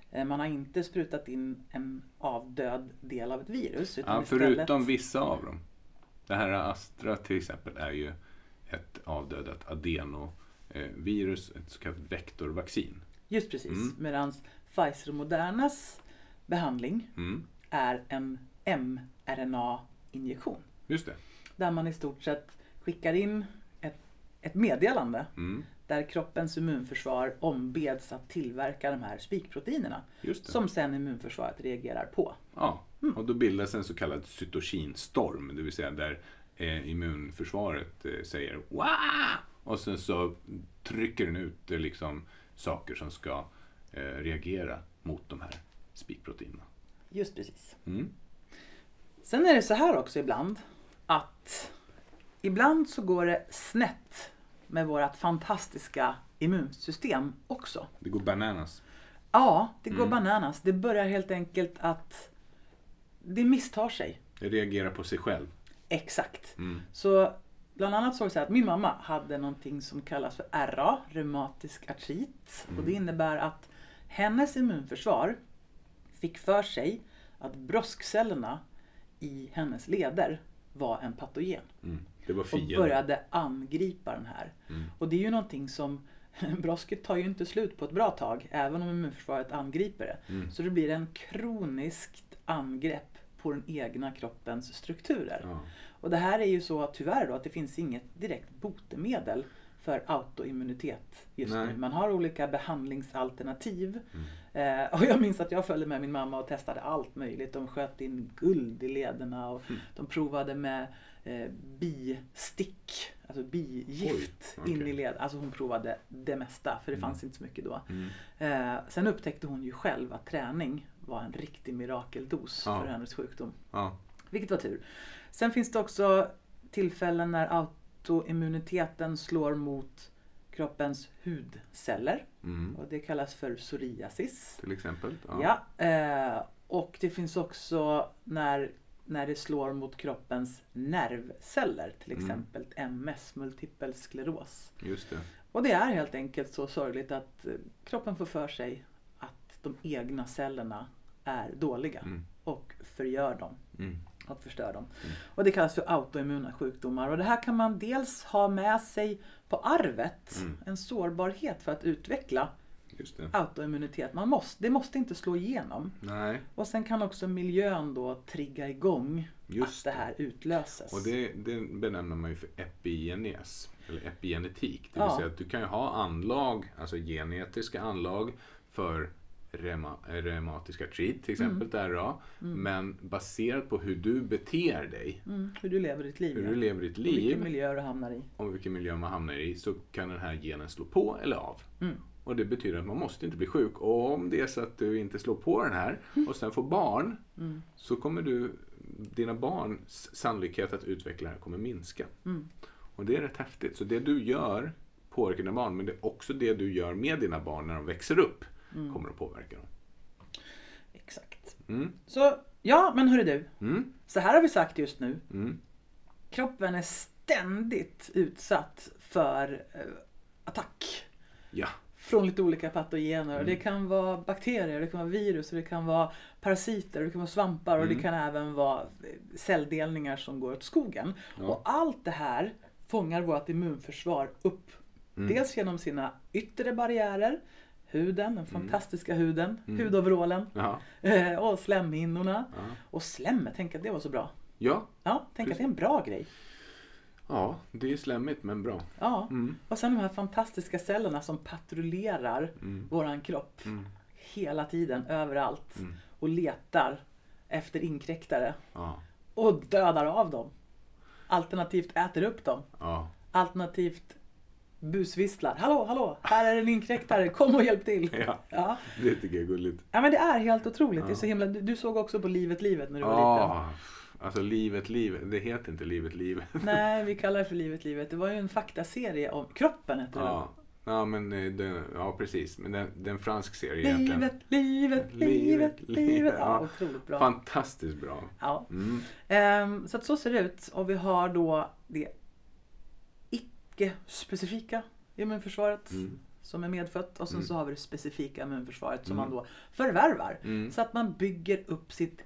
Eh, man har inte sprutat in en avdöd del av ett virus. Utan Ja, istället... förutom vissa av dem. Det här Astra till exempel är ju ett avdödat adenovirus, ett så kallat vektorvaccin. Just precis, Mm. medan Pfizer och Modernas behandling Mm. är en mRNA-injektion. Just det. Där man i stort sett skickar in ett, ett meddelande Mm. där kroppens immunförsvar ombeds att tillverka de här spikproteinerna Just det. som sen immunförsvaret reagerar på. Ja, och då bildas en så kallad cytokinstorm, det vill säga där eh, immunförsvaret eh, säger wow! Och sen så trycker den ut eh, liksom saker som ska eh, reagera mot de här spikproteinerna. Just precis. Mm. Sen är det så här också ibland att ibland så går det snett med vårt fantastiska immunsystem också. Det går bananas. Ja, det går Mm. bananas. Det börjar helt enkelt att det misstar sig. Det reagerar på sig själv. Exakt. Mm. Så bland annat så var det så här att min mamma hade någonting som kallas för R A, reumatisk artrit. Mm. Och det innebär att hennes immunförsvar fick för sig att broskcellerna i hennes leder var en patogen. Mm. Det var Och fienden. började angripa den här. Mm. Och det är ju någonting som brosket tar ju inte slut på ett bra tag, även om immunförsvaret angriper det. Mm. Så det blir en kroniskt angrepp på den egna kroppens strukturer. Ja. Och det här är ju så tyvärr då att det finns inget direkt botemedel för autoimmunitet just Nej. nu. Man har olika behandlingsalternativ. Mm. Eh, och jag minns att jag följde med min mamma och testade allt möjligt. De sköt in guld i lederna och Mm. de provade med eh, bistick, alltså bigift Oj, okej. in i led. Alltså hon provade det mesta för det Mm. fanns inte så mycket då. Mm. Eh, sen upptäckte hon ju själv att träning var en riktig mirakeldos Ja. för hennes sjukdom. Ja. Vilket var tur. Sen finns det också tillfällen när autoimmuniteten slår mot kroppens hudceller. Mm. Och det kallas för psoriasis. Till exempel. Ja. eh, och det finns också när, när det slår mot kroppens nervceller. Till Mm. exempel M S, multipel skleros. Just det. Och det är helt enkelt så sorgligt att eh, kroppen får för sig att de egna cellerna är dåliga. Mm. Och förgör dem. Mm. Och förstör dem. Mm. Och det kallas för autoimmuna sjukdomar. Och det här kan man dels ha med sig på arvet. Mm. En sårbarhet för att utveckla Just det. autoimmunitet. Man måste, det måste inte slå igenom. Nej. Och sen kan också miljön då trigga igång Just att det här utlöses. Och det, det benämner man ju för epigenes, eller epigenetik. Det vill Ja. säga att du kan ju ha anlag, alltså genetiska anlag för reuma, reumatisk artrit till exempel, där då. Men baserat på hur du beter dig, Mm, hur du lever ditt liv. hur ja. du lever ditt Och vilken liv miljö du hamnar i. och vilken miljö man hamnar i, så kan den här genen slå på eller av. Mm. Och det betyder att man måste inte bli sjuk. Och om det är så att du inte slår på den här och sen får barn, Mm. så kommer du, dina barns sannolikhet att utveckla det här kommer minska. Mm. Och det är rätt häftigt. Så det du gör påverkar dina barn, men det är också det du gör med dina barn när de växer upp Mm. kommer att påverka dem. Exakt. Mm. Så, ja men hörru du. Mm. Så här har vi sagt just nu. Mm. Kroppen är ständigt utsatt för eh, attack. Ja. Från lite olika patogener. Mm. Det kan vara bakterier, det kan vara virus, det kan vara parasiter, det kan vara svampar och Mm. det kan även vara celldelningar som går åt skogen. Ja. Och allt det här fångar vårt immunförsvar upp. Mm. Dels genom sina yttre barriärer, huden, den fantastiska huden, Mm. hudoverallen Ja. eh, och slemhinnorna. Ja. Och slemmet, tänk att det var så bra. Ja. Ja, tänk att det är en bra grej. Ja, det är slemmigt men bra. Ja. Mm. Och sen de här fantastiska cellerna som patrullerar Mm. våran kropp Mm. hela tiden, överallt. Mm. Och letar efter inkräktare. Ja. Och dödar av dem. Alternativt äter upp dem. Ja. Alternativt busvisslar. Hallå, hallå, här är en inkräktare, kom och hjälp till. Ja. Ja, Det tycker jag är gulligt. ja men det är helt otroligt. Ja. Det är så himla... du, du såg också på Livet, livet när du var liten. Ja. Alltså livet, livet. Det heter inte livet, livet. Nej, vi kallar det för Livet, livet. Det var ju en faktaserie om kroppen, heter det. Ja. Ja, men eh, den, ja, precis. Men den, den fransk serie egentligen. Livet, livet, livet, livet. Ja, otroligt bra. Fantastiskt bra. Ja. Mm. Ehm, så att så ser det ut. Och vi har då det icke-specifika immunförsvaret Mm. som är medfött och sen Mm. så har vi det specifika immunförsvaret som Mm. man då förvärvar. Mm. Så att man bygger upp sitt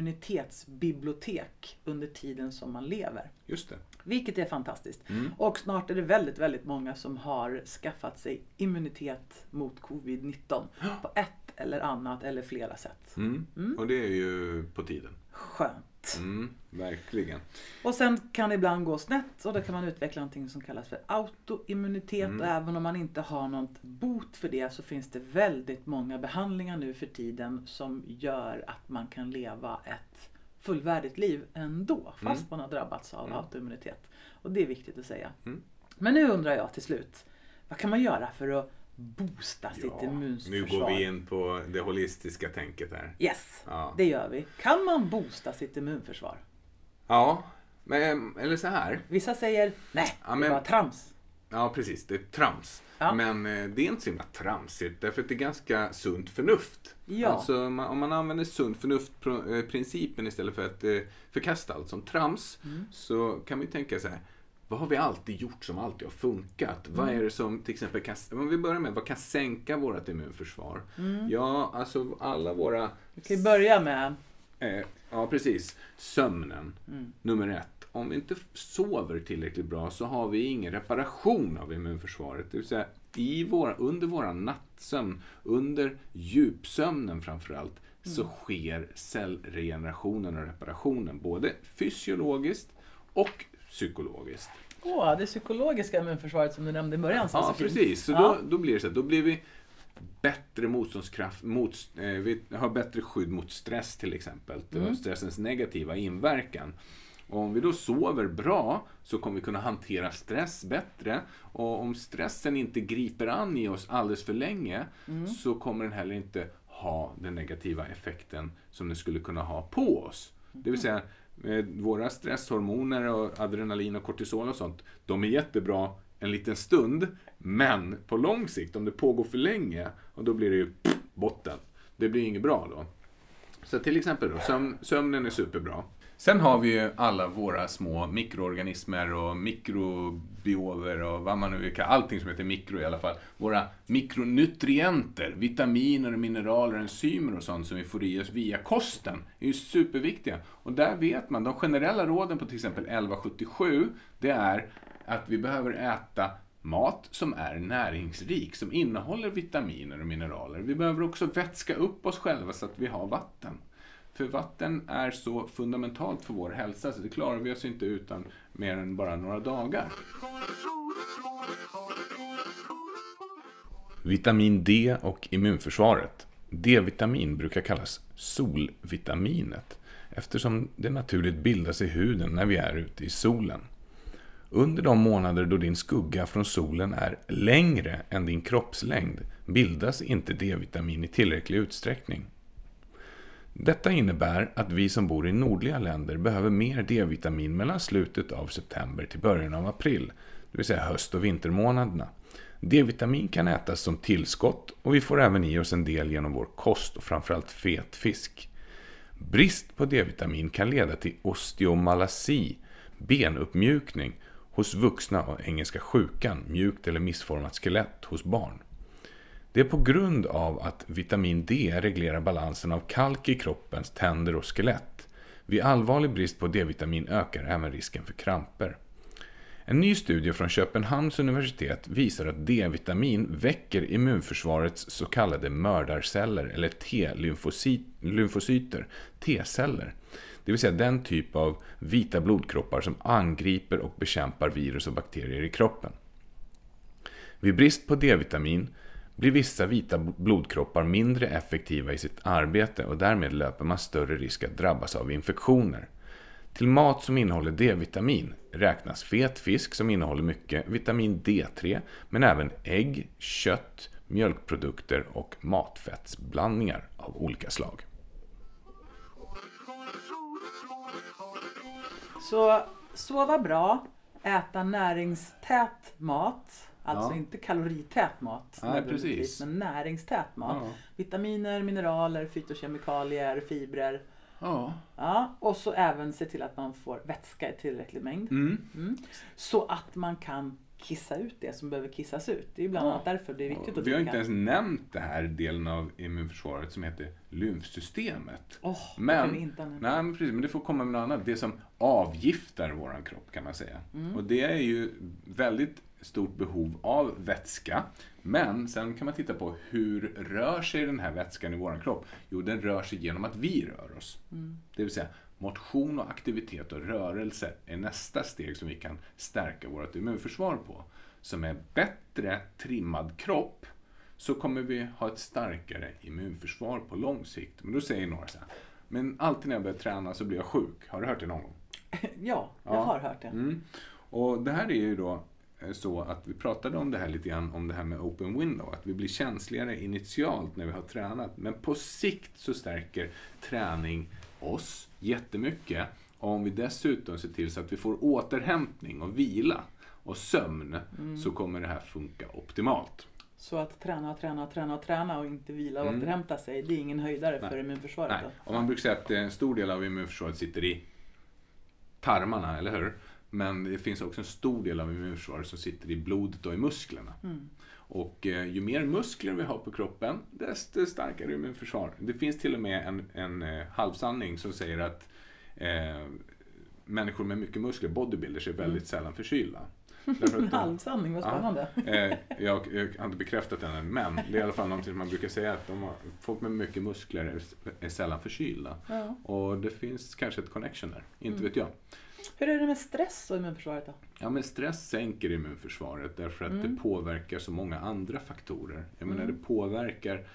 immunitetsbibliotek under tiden som man lever. Just det. Vilket är fantastiskt. Mm. Och snart är det väldigt, väldigt många som har skaffat sig immunitet mot covid nitton på ett eller annat eller flera sätt. Mm. Mm. Och det är ju på tiden. Skönt. Mm, verkligen. Och sen kan det ibland gå snett och då kan man utveckla någonting som kallas för autoimmunitet. Mm. Och även om man inte har något bot för det så finns det väldigt många behandlingar nu för tiden som gör att man kan leva ett fullvärdigt liv ändå fast Mm. man har drabbats av Mm. autoimmunitet. Och det är viktigt att säga. Mm. Men nu undrar jag till slut, vad kan man göra för att boosta sitt Ja, immunförsvar? nu går vi in på det holistiska tänket här. Yes, Ja. det gör vi. Kan man boosta sitt immunförsvar? Ja, men, eller så här. Vissa säger nej, Ja, det är men- bara trams. Ja, precis. Det är trams. Ja. Men eh, det är inte så himla tramsigt därför att det är ganska sunt förnuft. Ja. Alltså man, om man använder sunt förnuft-principen istället för att eh, förkasta allt som trams Mm. så kan vi tänka så här. Vad har vi alltid gjort som alltid har funkat? Vad Mm. är det som till exempel kan, om vi börjar med vad kan sänka vårt immunförsvar? Mm. Ja, alltså alla våra Vi kan ju börja med Eh, ja, precis. Sömnen. Mm. Nummer ett. Om vi inte sover tillräckligt bra så har vi ingen reparation av immunförsvaret. Det vill säga i våra, under våra nattsömn, under djupsömnen framförallt, så sker cellregenerationen och reparationen. Både fysiologiskt och psykologiskt. åh, det psykologiska immunförsvaret som du nämnde i början. som är Ja, så fint. precis. Så Ja. då, då blir det så här, då blir vi bättre motståndskraft, mot, eh, vi har bättre skydd mot stress till exempel. Mm. Och stressens negativa inverkan. Och om vi då sover bra så kommer vi kunna hantera stress bättre. Och om stressen inte griper an i oss alldeles för länge Mm. så kommer den heller inte ha den negativa effekten som den skulle kunna ha på oss. Det vill säga eh, våra stresshormoner och adrenalin och kortisol och sånt, de är jättebra en liten stund, men på lång sikt, om det pågår för länge, och då blir det ju pff, botten. Det blir inget bra då. Så till exempel då, sömn, sömnen är superbra. Sen har vi ju alla våra små mikroorganismer och mikrobiover och vad man nu vill kalla, allting som heter mikro i alla fall. Våra mikronutrienter, vitaminer och mineraler, enzymer och sånt som vi får i oss via kosten är ju superviktiga. Och där vet man, de generella råden på till exempel elva sjuttiosju, det är att vi behöver äta mat som är näringsrik, som innehåller vitaminer och mineraler. Vi behöver också vätska upp oss själva så att vi har vatten. För vatten är så fundamentalt för vår hälsa så det klarar vi oss inte utan mer än bara några dagar. Vitamin D och immunförsvaret. D-vitamin brukar kallas solvitaminet eftersom det naturligt bildas i huden när vi är ute i solen. Under de månader då din skugga från solen är längre än din kroppslängd bildas inte D-vitamin i tillräcklig utsträckning. Detta innebär att vi som bor i nordliga länder behöver mer D-vitamin mellan slutet av september till början av april, det vill säga höst- och vintermånaderna. D-vitamin kan ätas som tillskott och vi får även i oss en del genom vår kost och framförallt fet fisk. Brist på D-vitamin kan leda till osteomalasi, benuppmjukning hos vuxna och engelska sjukan, mjukt eller missformat skelett hos barn. Det är på grund av att vitamin D reglerar balansen av kalk i kroppens tänder och skelett. Vid allvarlig brist på D-vitamin ökar även risken för kramper. En ny studie från Köpenhamns universitet visar att D-vitamin väcker immunförsvarets så kallade mördarceller eller T-lymfocyter, T-celler. Det vill säga den typ av vita blodkroppar som angriper och bekämpar virus och bakterier i kroppen. Vid brist på D-vitamin blir vissa vita blodkroppar mindre effektiva i sitt arbete och därmed löper man större risk att drabbas av infektioner. Till mat som innehåller D-vitamin räknas fet fisk som innehåller mycket vitamin D tre, men även ägg, kött, mjölkprodukter och matfettsblandningar av olika slag. Så sova bra, äta näringstät mat, alltså Ja. inte kalorität mat, Nej, nödvändigtvis, precis. men näringstät mat. Ja. Vitaminer, mineraler, fytokemikalier, fibrer. Ja. Ja, och så även se till att man får vätska i tillräcklig mängd. Mm. Mm. Så att man kan kissa ut det som behöver kissas ut. Det är bland annat därför det är viktigt att Vi har dricka. inte ens nämnt det här delen av immunförsvaret som heter lymfsystemet. Åh, det men, kan vi inte ha nämnt. nej, men, precis, men det får komma med något annat. Det som avgiftar våran kropp kan man säga. Mm. Och det är ju väldigt stort behov av vätska. Men sen kan man titta på hur rör sig den här vätskan i våran kropp? Jo, den rör sig genom att vi rör oss. Mm. Det vill säga motion och aktivitet och rörelse är nästa steg som vi kan stärka vårt immunförsvar på. Så med bättre trimmad kropp så kommer vi ha ett starkare immunförsvar på lång sikt. Men då säger några så här, men alltid när jag börjar träna så blir jag sjuk. Har du hört det någon gång? Ja, jag Ja. har hört det. Mm. Och det här är ju då så att vi pratade om det här lite grann, om det här med open window, att vi blir känsligare initialt när vi har tränat, men på sikt så stärker träning oss jättemycket. Och om vi dessutom ser till så att vi får återhämtning och vila och sömn, Mm. så kommer det här funka optimalt. Så att träna, träna, träna, träna och inte vila och Mm. återhämta sig, det är ingen höjdare Nej. för immunförsvaret Nej, då? och man brukar säga att en stor del av immunförsvaret sitter i tarmarna, eller hur? Men det finns också en stor del av immunförsvaret som sitter i blodet och i musklerna. Mm. Och eh, ju mer muskler vi har på kroppen, desto starkare immunförsvar. Det finns till och med en, en eh, halvsanning som säger att eh, människor med mycket muskler, bodybuilders, är väldigt sällan förkylda. Därför att En de- halvsanning, vad spännande. Ja, eh, jag, jag har inte bekräftat den än, men det är i alla fall någonting som man brukar säga, att de har, folk med mycket muskler är, är sällan förkylda. Ja. Och det finns kanske ett connection där, inte Mm. vet jag. Hur är det med stress och immunförsvaret då? Ja, men stress sänker immunförsvaret därför att Mm. det påverkar så många andra faktorer. Jag menar, Mm. det påverkar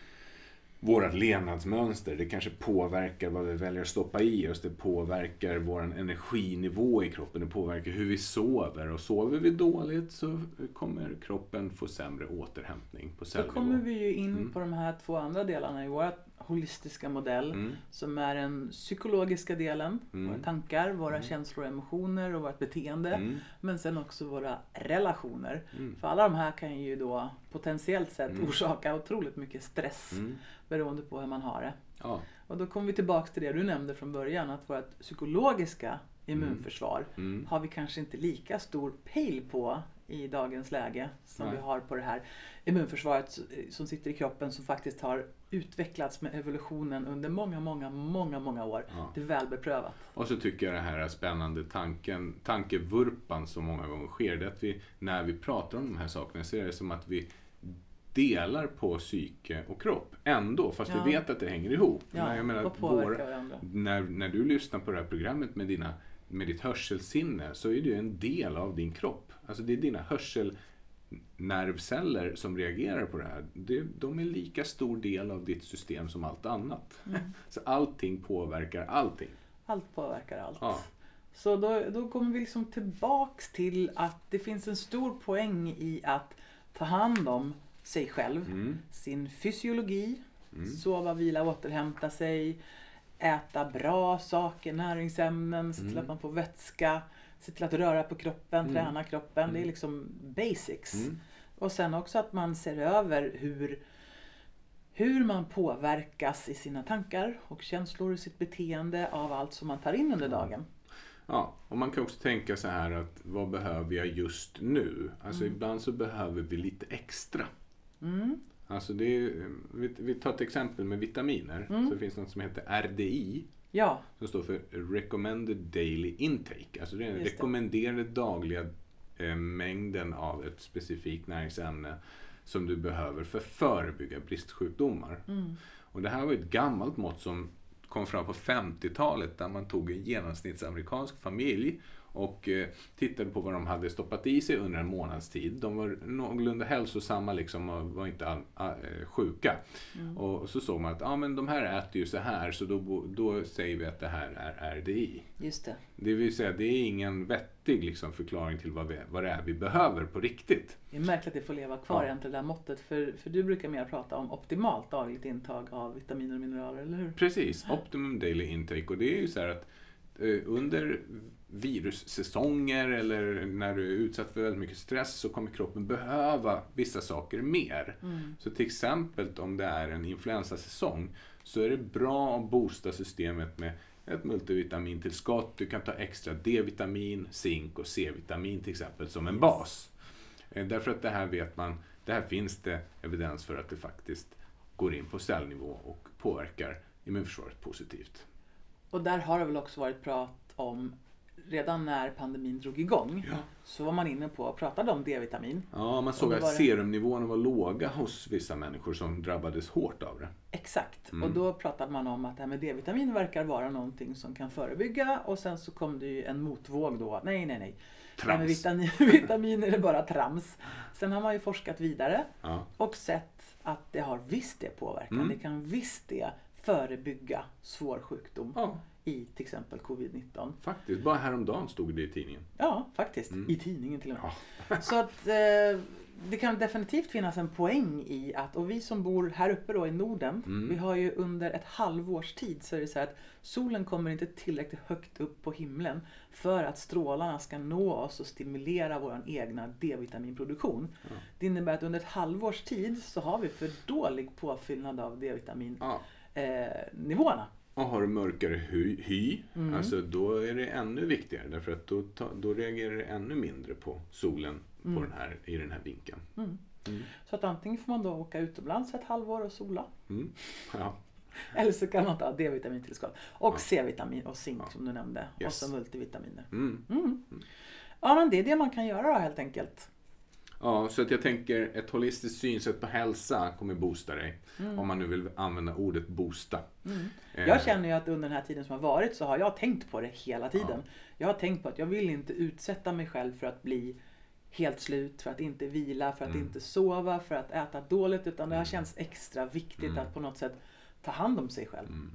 vårat levnadsmönster, det kanske påverkar vad vi väljer att stoppa i oss, det påverkar vår energinivå i kroppen, det påverkar hur vi sover, och sover vi dåligt så kommer kroppen få sämre återhämtning på Då cellnivå. kommer vi ju in Mm. på de här två andra delarna i vår holistiska modell, Mm. som är den psykologiska delen, Mm. våra tankar, våra Mm. känslor och emotioner och vårt beteende, Mm. men sen också våra relationer. Mm. För alla de här kan ju då potentiellt sett Mm. orsaka otroligt mycket stress Mm. beroende på hur man har det. Ja. Och då kommer vi tillbaka till det du nämnde från början, att vårt psykologiska immunförsvar Mm. har vi kanske inte lika stor pejl på i dagens läge som Nej. vi har på det här immunförsvaret som sitter i kroppen, som faktiskt har utvecklats med evolutionen under många, många, många, många år. Ja. Det är väl beprövat. Och så tycker jag det här är spännande tanken, tankevurpan som många gånger sker, det är att vi, när vi pratar om de här sakerna, så är det som att vi delar på psyke och kropp ändå, fast Ja. vi vet att det hänger ihop. Ja, Men jag menar, och påverkar vår, varandra. när, när du lyssnar på det här programmet med, dina, med ditt hörselsinne, så är det ju en del av din kropp. Alltså det är dina hörselnervceller som reagerar på det här. Det, de är lika stor del av ditt system som allt annat. Mm. Så allting påverkar allting. Allt påverkar allt. Ja. Så då, då kommer vi liksom tillbaks till att det finns en stor poäng i att ta hand om sig själv, Mm. sin fysiologi, Mm. sova, vila, återhämta sig, äta bra saker, näringsämnen, se till Mm. att man får vätska, se till att röra på kroppen, Mm. träna kroppen. Mm. Det är liksom basics. Mm. Och sen också att man ser över hur, hur man påverkas i sina tankar och känslor, i sitt beteende av allt som man tar in under dagen. Ja, och man kan också tänka så här att vad behöver jag just nu? Alltså Mm. ibland så behöver vi lite extra. Mm. Alltså det är, vi, vi tar ett exempel med vitaminer. Mm. Så det finns något som heter R D I Ja, som står för Recommended Daily Intake. Alltså det är den Just det. rekommenderade dagliga eh, mängden av ett specifikt näringsämne som du behöver för att förebygga bristsjukdomar. mm. Och det här var ett gammalt mått som kom fram på femtiotalet, där man tog en genomsnittsamerikansk familj och eh, tittade på vad de hade stoppat i sig under en månads tid. De var någorlunda hälsosamma liksom och var inte all, all, eh, sjuka. Mm. Och så såg man att ah, men de här äter ju så här, så då, då säger vi att det här är R D I. Just det. Det vill säga, det är ingen vettig liksom, förklaring till vad, vi, vad det är vi behöver på riktigt. Det är märkligt att det får leva kvar Ja. i det där måttet. För, för du brukar mer prata om optimalt dagligt intag av vitaminer och mineraler, eller hur? Precis, Optimum Daily Intake. Och det är ju så här att eh, under virussäsonger eller när du är utsatt för väldigt mycket stress så kommer kroppen behöva vissa saker mer. Mm. Så till exempel om det är en influensasäsong så är det bra att boosta systemet med ett multivitamintillskott. Du kan ta extra D-vitamin, zink och C-vitamin till exempel som en bas. Eh, därför att det här vet man, det här finns det evidens för att det faktiskt går in på cellnivå och påverkar immunförsvaret positivt. Och där har det väl också varit prat om, redan när pandemin drog igång, Ja. så var man inne på och pratade om D-vitamin. Ja, man såg Och att då var det- serumnivåerna var låga hos vissa människor som drabbades hårt av det. Exakt, Mm. och då pratade man om att det här med D-vitamin verkar vara någonting som kan förebygga, och sen så kom det ju en motvåg då, nej nej nej. Det här med Trams. vitamin, vitaminer är bara trams. Sen har man ju forskat vidare Ja. och sett att det har visst det påverkan. Mm. Det kan visst det förebygga svår sjukdom ja, i till exempel covid nitton. faktiskt. Bara häromdagen stod det i tidningen. Ja, faktiskt. Mm. I tidningen till och med. Ja. Så att eh, det kan definitivt finnas en poäng i att, och vi som bor här uppe då i Norden, Mm. vi har ju under ett halvårs tid så är det så här att solen kommer inte tillräckligt högt upp på himlen för att strålarna ska nå oss och stimulera vår egna D-vitaminproduktion. Ja. Det innebär att under ett halvårs tid så har vi för dålig påfyllnad av D-vitamin Ja. eh, nivåerna. Och har du mörkare hy, hy Mm. alltså då är det ännu viktigare. Därför att då, ta, då reagerar det ännu mindre på solen på Mm. den här, i den här vinkeln. Mm. Mm. Så att antingen får man då åka utomlands ett halvår och sola. Mm. Ja. Eller så kan man ta D-vitamintillskott. Och Ja. C-vitamin och zink Ja. som du nämnde. Och Yes. så multivitaminer. Mm. Mm. Ja, men det är det man kan göra då helt enkelt. Ja, så att jag tänker ett holistiskt synsätt på hälsa kommer boosta dig. Mm. Om man nu vill använda ordet boosta. Mm. Eh, Jag känner ju att under den här tiden som har varit så har jag tänkt på det hela tiden. Jag har tänkt på att jag vill inte utsätta mig själv för att bli helt slut, för att inte vila, för att Mm. inte sova, för att äta dåligt. Utan det har Mm. känts extra viktigt Mm. att på något sätt ta hand om sig själv. Mm.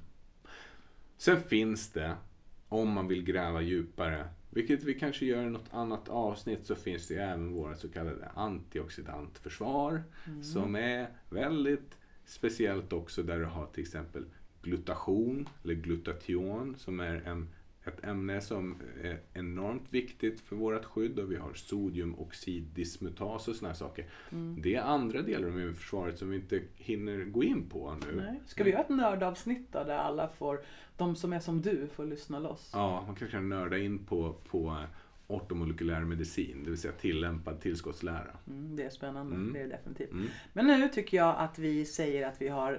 Sen finns det, om man vill gräva djupare, vilket vi kanske gör i något annat avsnitt, så finns det även våra så kallade antioxidantförsvar. Mm. Som är väldigt speciellt också, där du har till exempel glutation eller glutation som är en, ett ämne som är enormt viktigt för vårt skydd, och vi har sodiumoxiddismutas och såna här saker. Mm. Det är andra delar av immunförsvaret som vi inte hinner gå in på nu. Nej. Ska vi göra ett nördavsnitt då, där alla får, de som är som du, får lyssna loss? Ja, man kanske kan nörda in på, på ortomolekylär medicin, det vill säga tillämpad tillskottslära. Mm, det är spännande, Mm. det är det definitivt. Mm. Men nu tycker jag att vi säger att vi har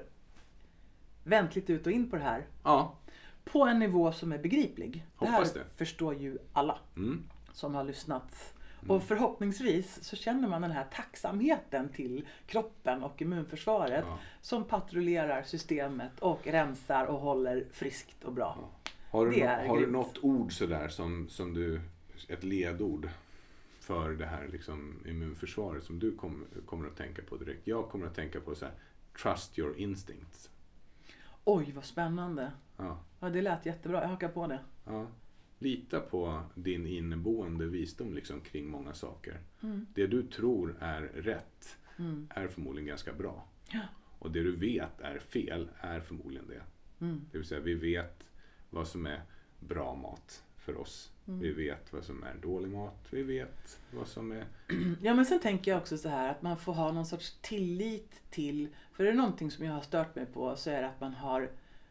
vänt lite ut och in på det här. Ja. På en nivå som är begriplig. Hoppas det här det. förstår ju alla Mm. som har lyssnat. Mm. Och förhoppningsvis så känner man den här tacksamheten till kroppen och immunförsvaret Ja. som patrullerar systemet och rensar och håller friskt och bra. Ja. Har, du, Det nå- är har du grymt. något ord sådär som, som du, ett ledord för det här liksom immunförsvaret som du kom, kommer att tänka på direkt? Jag kommer att tänka på så här: trust your instincts. Oj, vad spännande. Ja. Ja, det lät jättebra. Jag hakar på det. Ja. Lita på din inneboende visdom liksom kring många saker. Mm. Det du tror är rätt Mm. är förmodligen ganska bra. Ja. Och det du vet är fel är förmodligen det. Mm. Det vill säga, vi vet vad som är bra mat för oss. Mm. Vi vet vad som är dålig mat. Vi vet vad som är... Ja, men sen tänker jag också så här att man får ha någon sorts tillit till, för det är någonting som jag har stört mig på, så är det att man har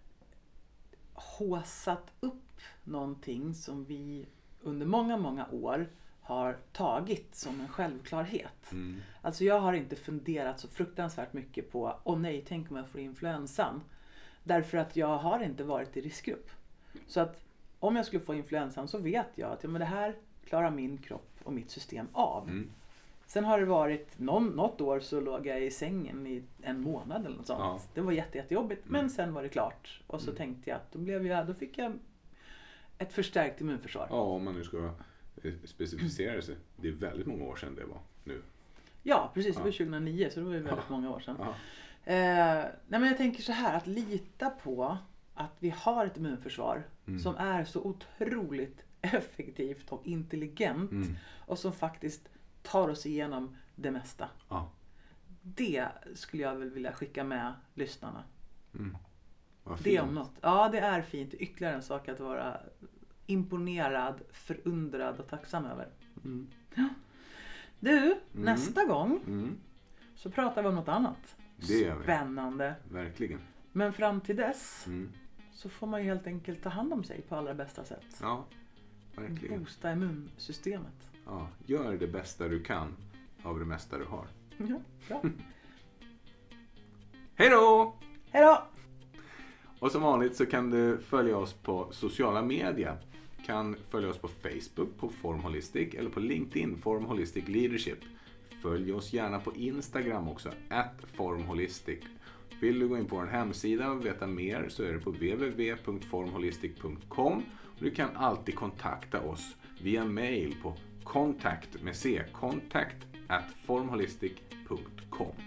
håsat upp någonting som vi under många, många år har tagit som en självklarhet. Mm. Alltså jag har inte funderat så fruktansvärt mycket på, åh nej, tänk om jag får influensan. Därför att jag har inte varit i riskgrupp. Så att om jag skulle få influensan så vet jag att ja, men det här klarar min kropp och mitt system av. Mm. Sen har det varit någon, något år så låg jag i sängen i en månad eller något sånt. Ja. Det var jätte, jättejobbigt, Mm. men sen var det klart. Och så Mm. tänkte jag att då, blev jag, då fick jag ett förstärkt immunförsvar. Ja, om man nu ska eh, specificera sig. Det är väldigt många år sedan det var nu. Ja, precis. Det var Ja. tjugohundranion, så det var ju väldigt många år sedan. Ja. Eh, nej men jag tänker så här, att lita på att vi har ett immunförsvar Mm. som är så otroligt effektivt och intelligent Mm. och som faktiskt tar oss igenom det mesta. Ja. Det skulle jag väl vilja skicka med lyssnarna. Mm. Vad Det fint. om något. Ja, det är fint. Ytterligare en sak att vara imponerad, förundrad och tacksam över. Mm. Du, nästa gång Mm. så pratar vi om något annat. Det gör vi. Spännande. Verkligen. Men fram till dess Mm. så får man ju helt enkelt ta hand om sig på allra bästa sätt. Ja, verkligen. Boosta immunsystemet. Ja, gör det bästa du kan av det mesta du har. Ja, bra. Hej då! Hej då! Och som vanligt så kan du följa oss på sociala medier. Kan följa oss på Facebook på Form Holistic eller på LinkedIn Form Holistic Leadership. Följ oss gärna på Instagram också, at Form Holistic. Vill du gå in på vår hemsida och veta mer så är det på w w w punkt form holistic punkt com. Du kan alltid kontakta oss via mail på kontakt med c, kontakt at form holistic punkt com.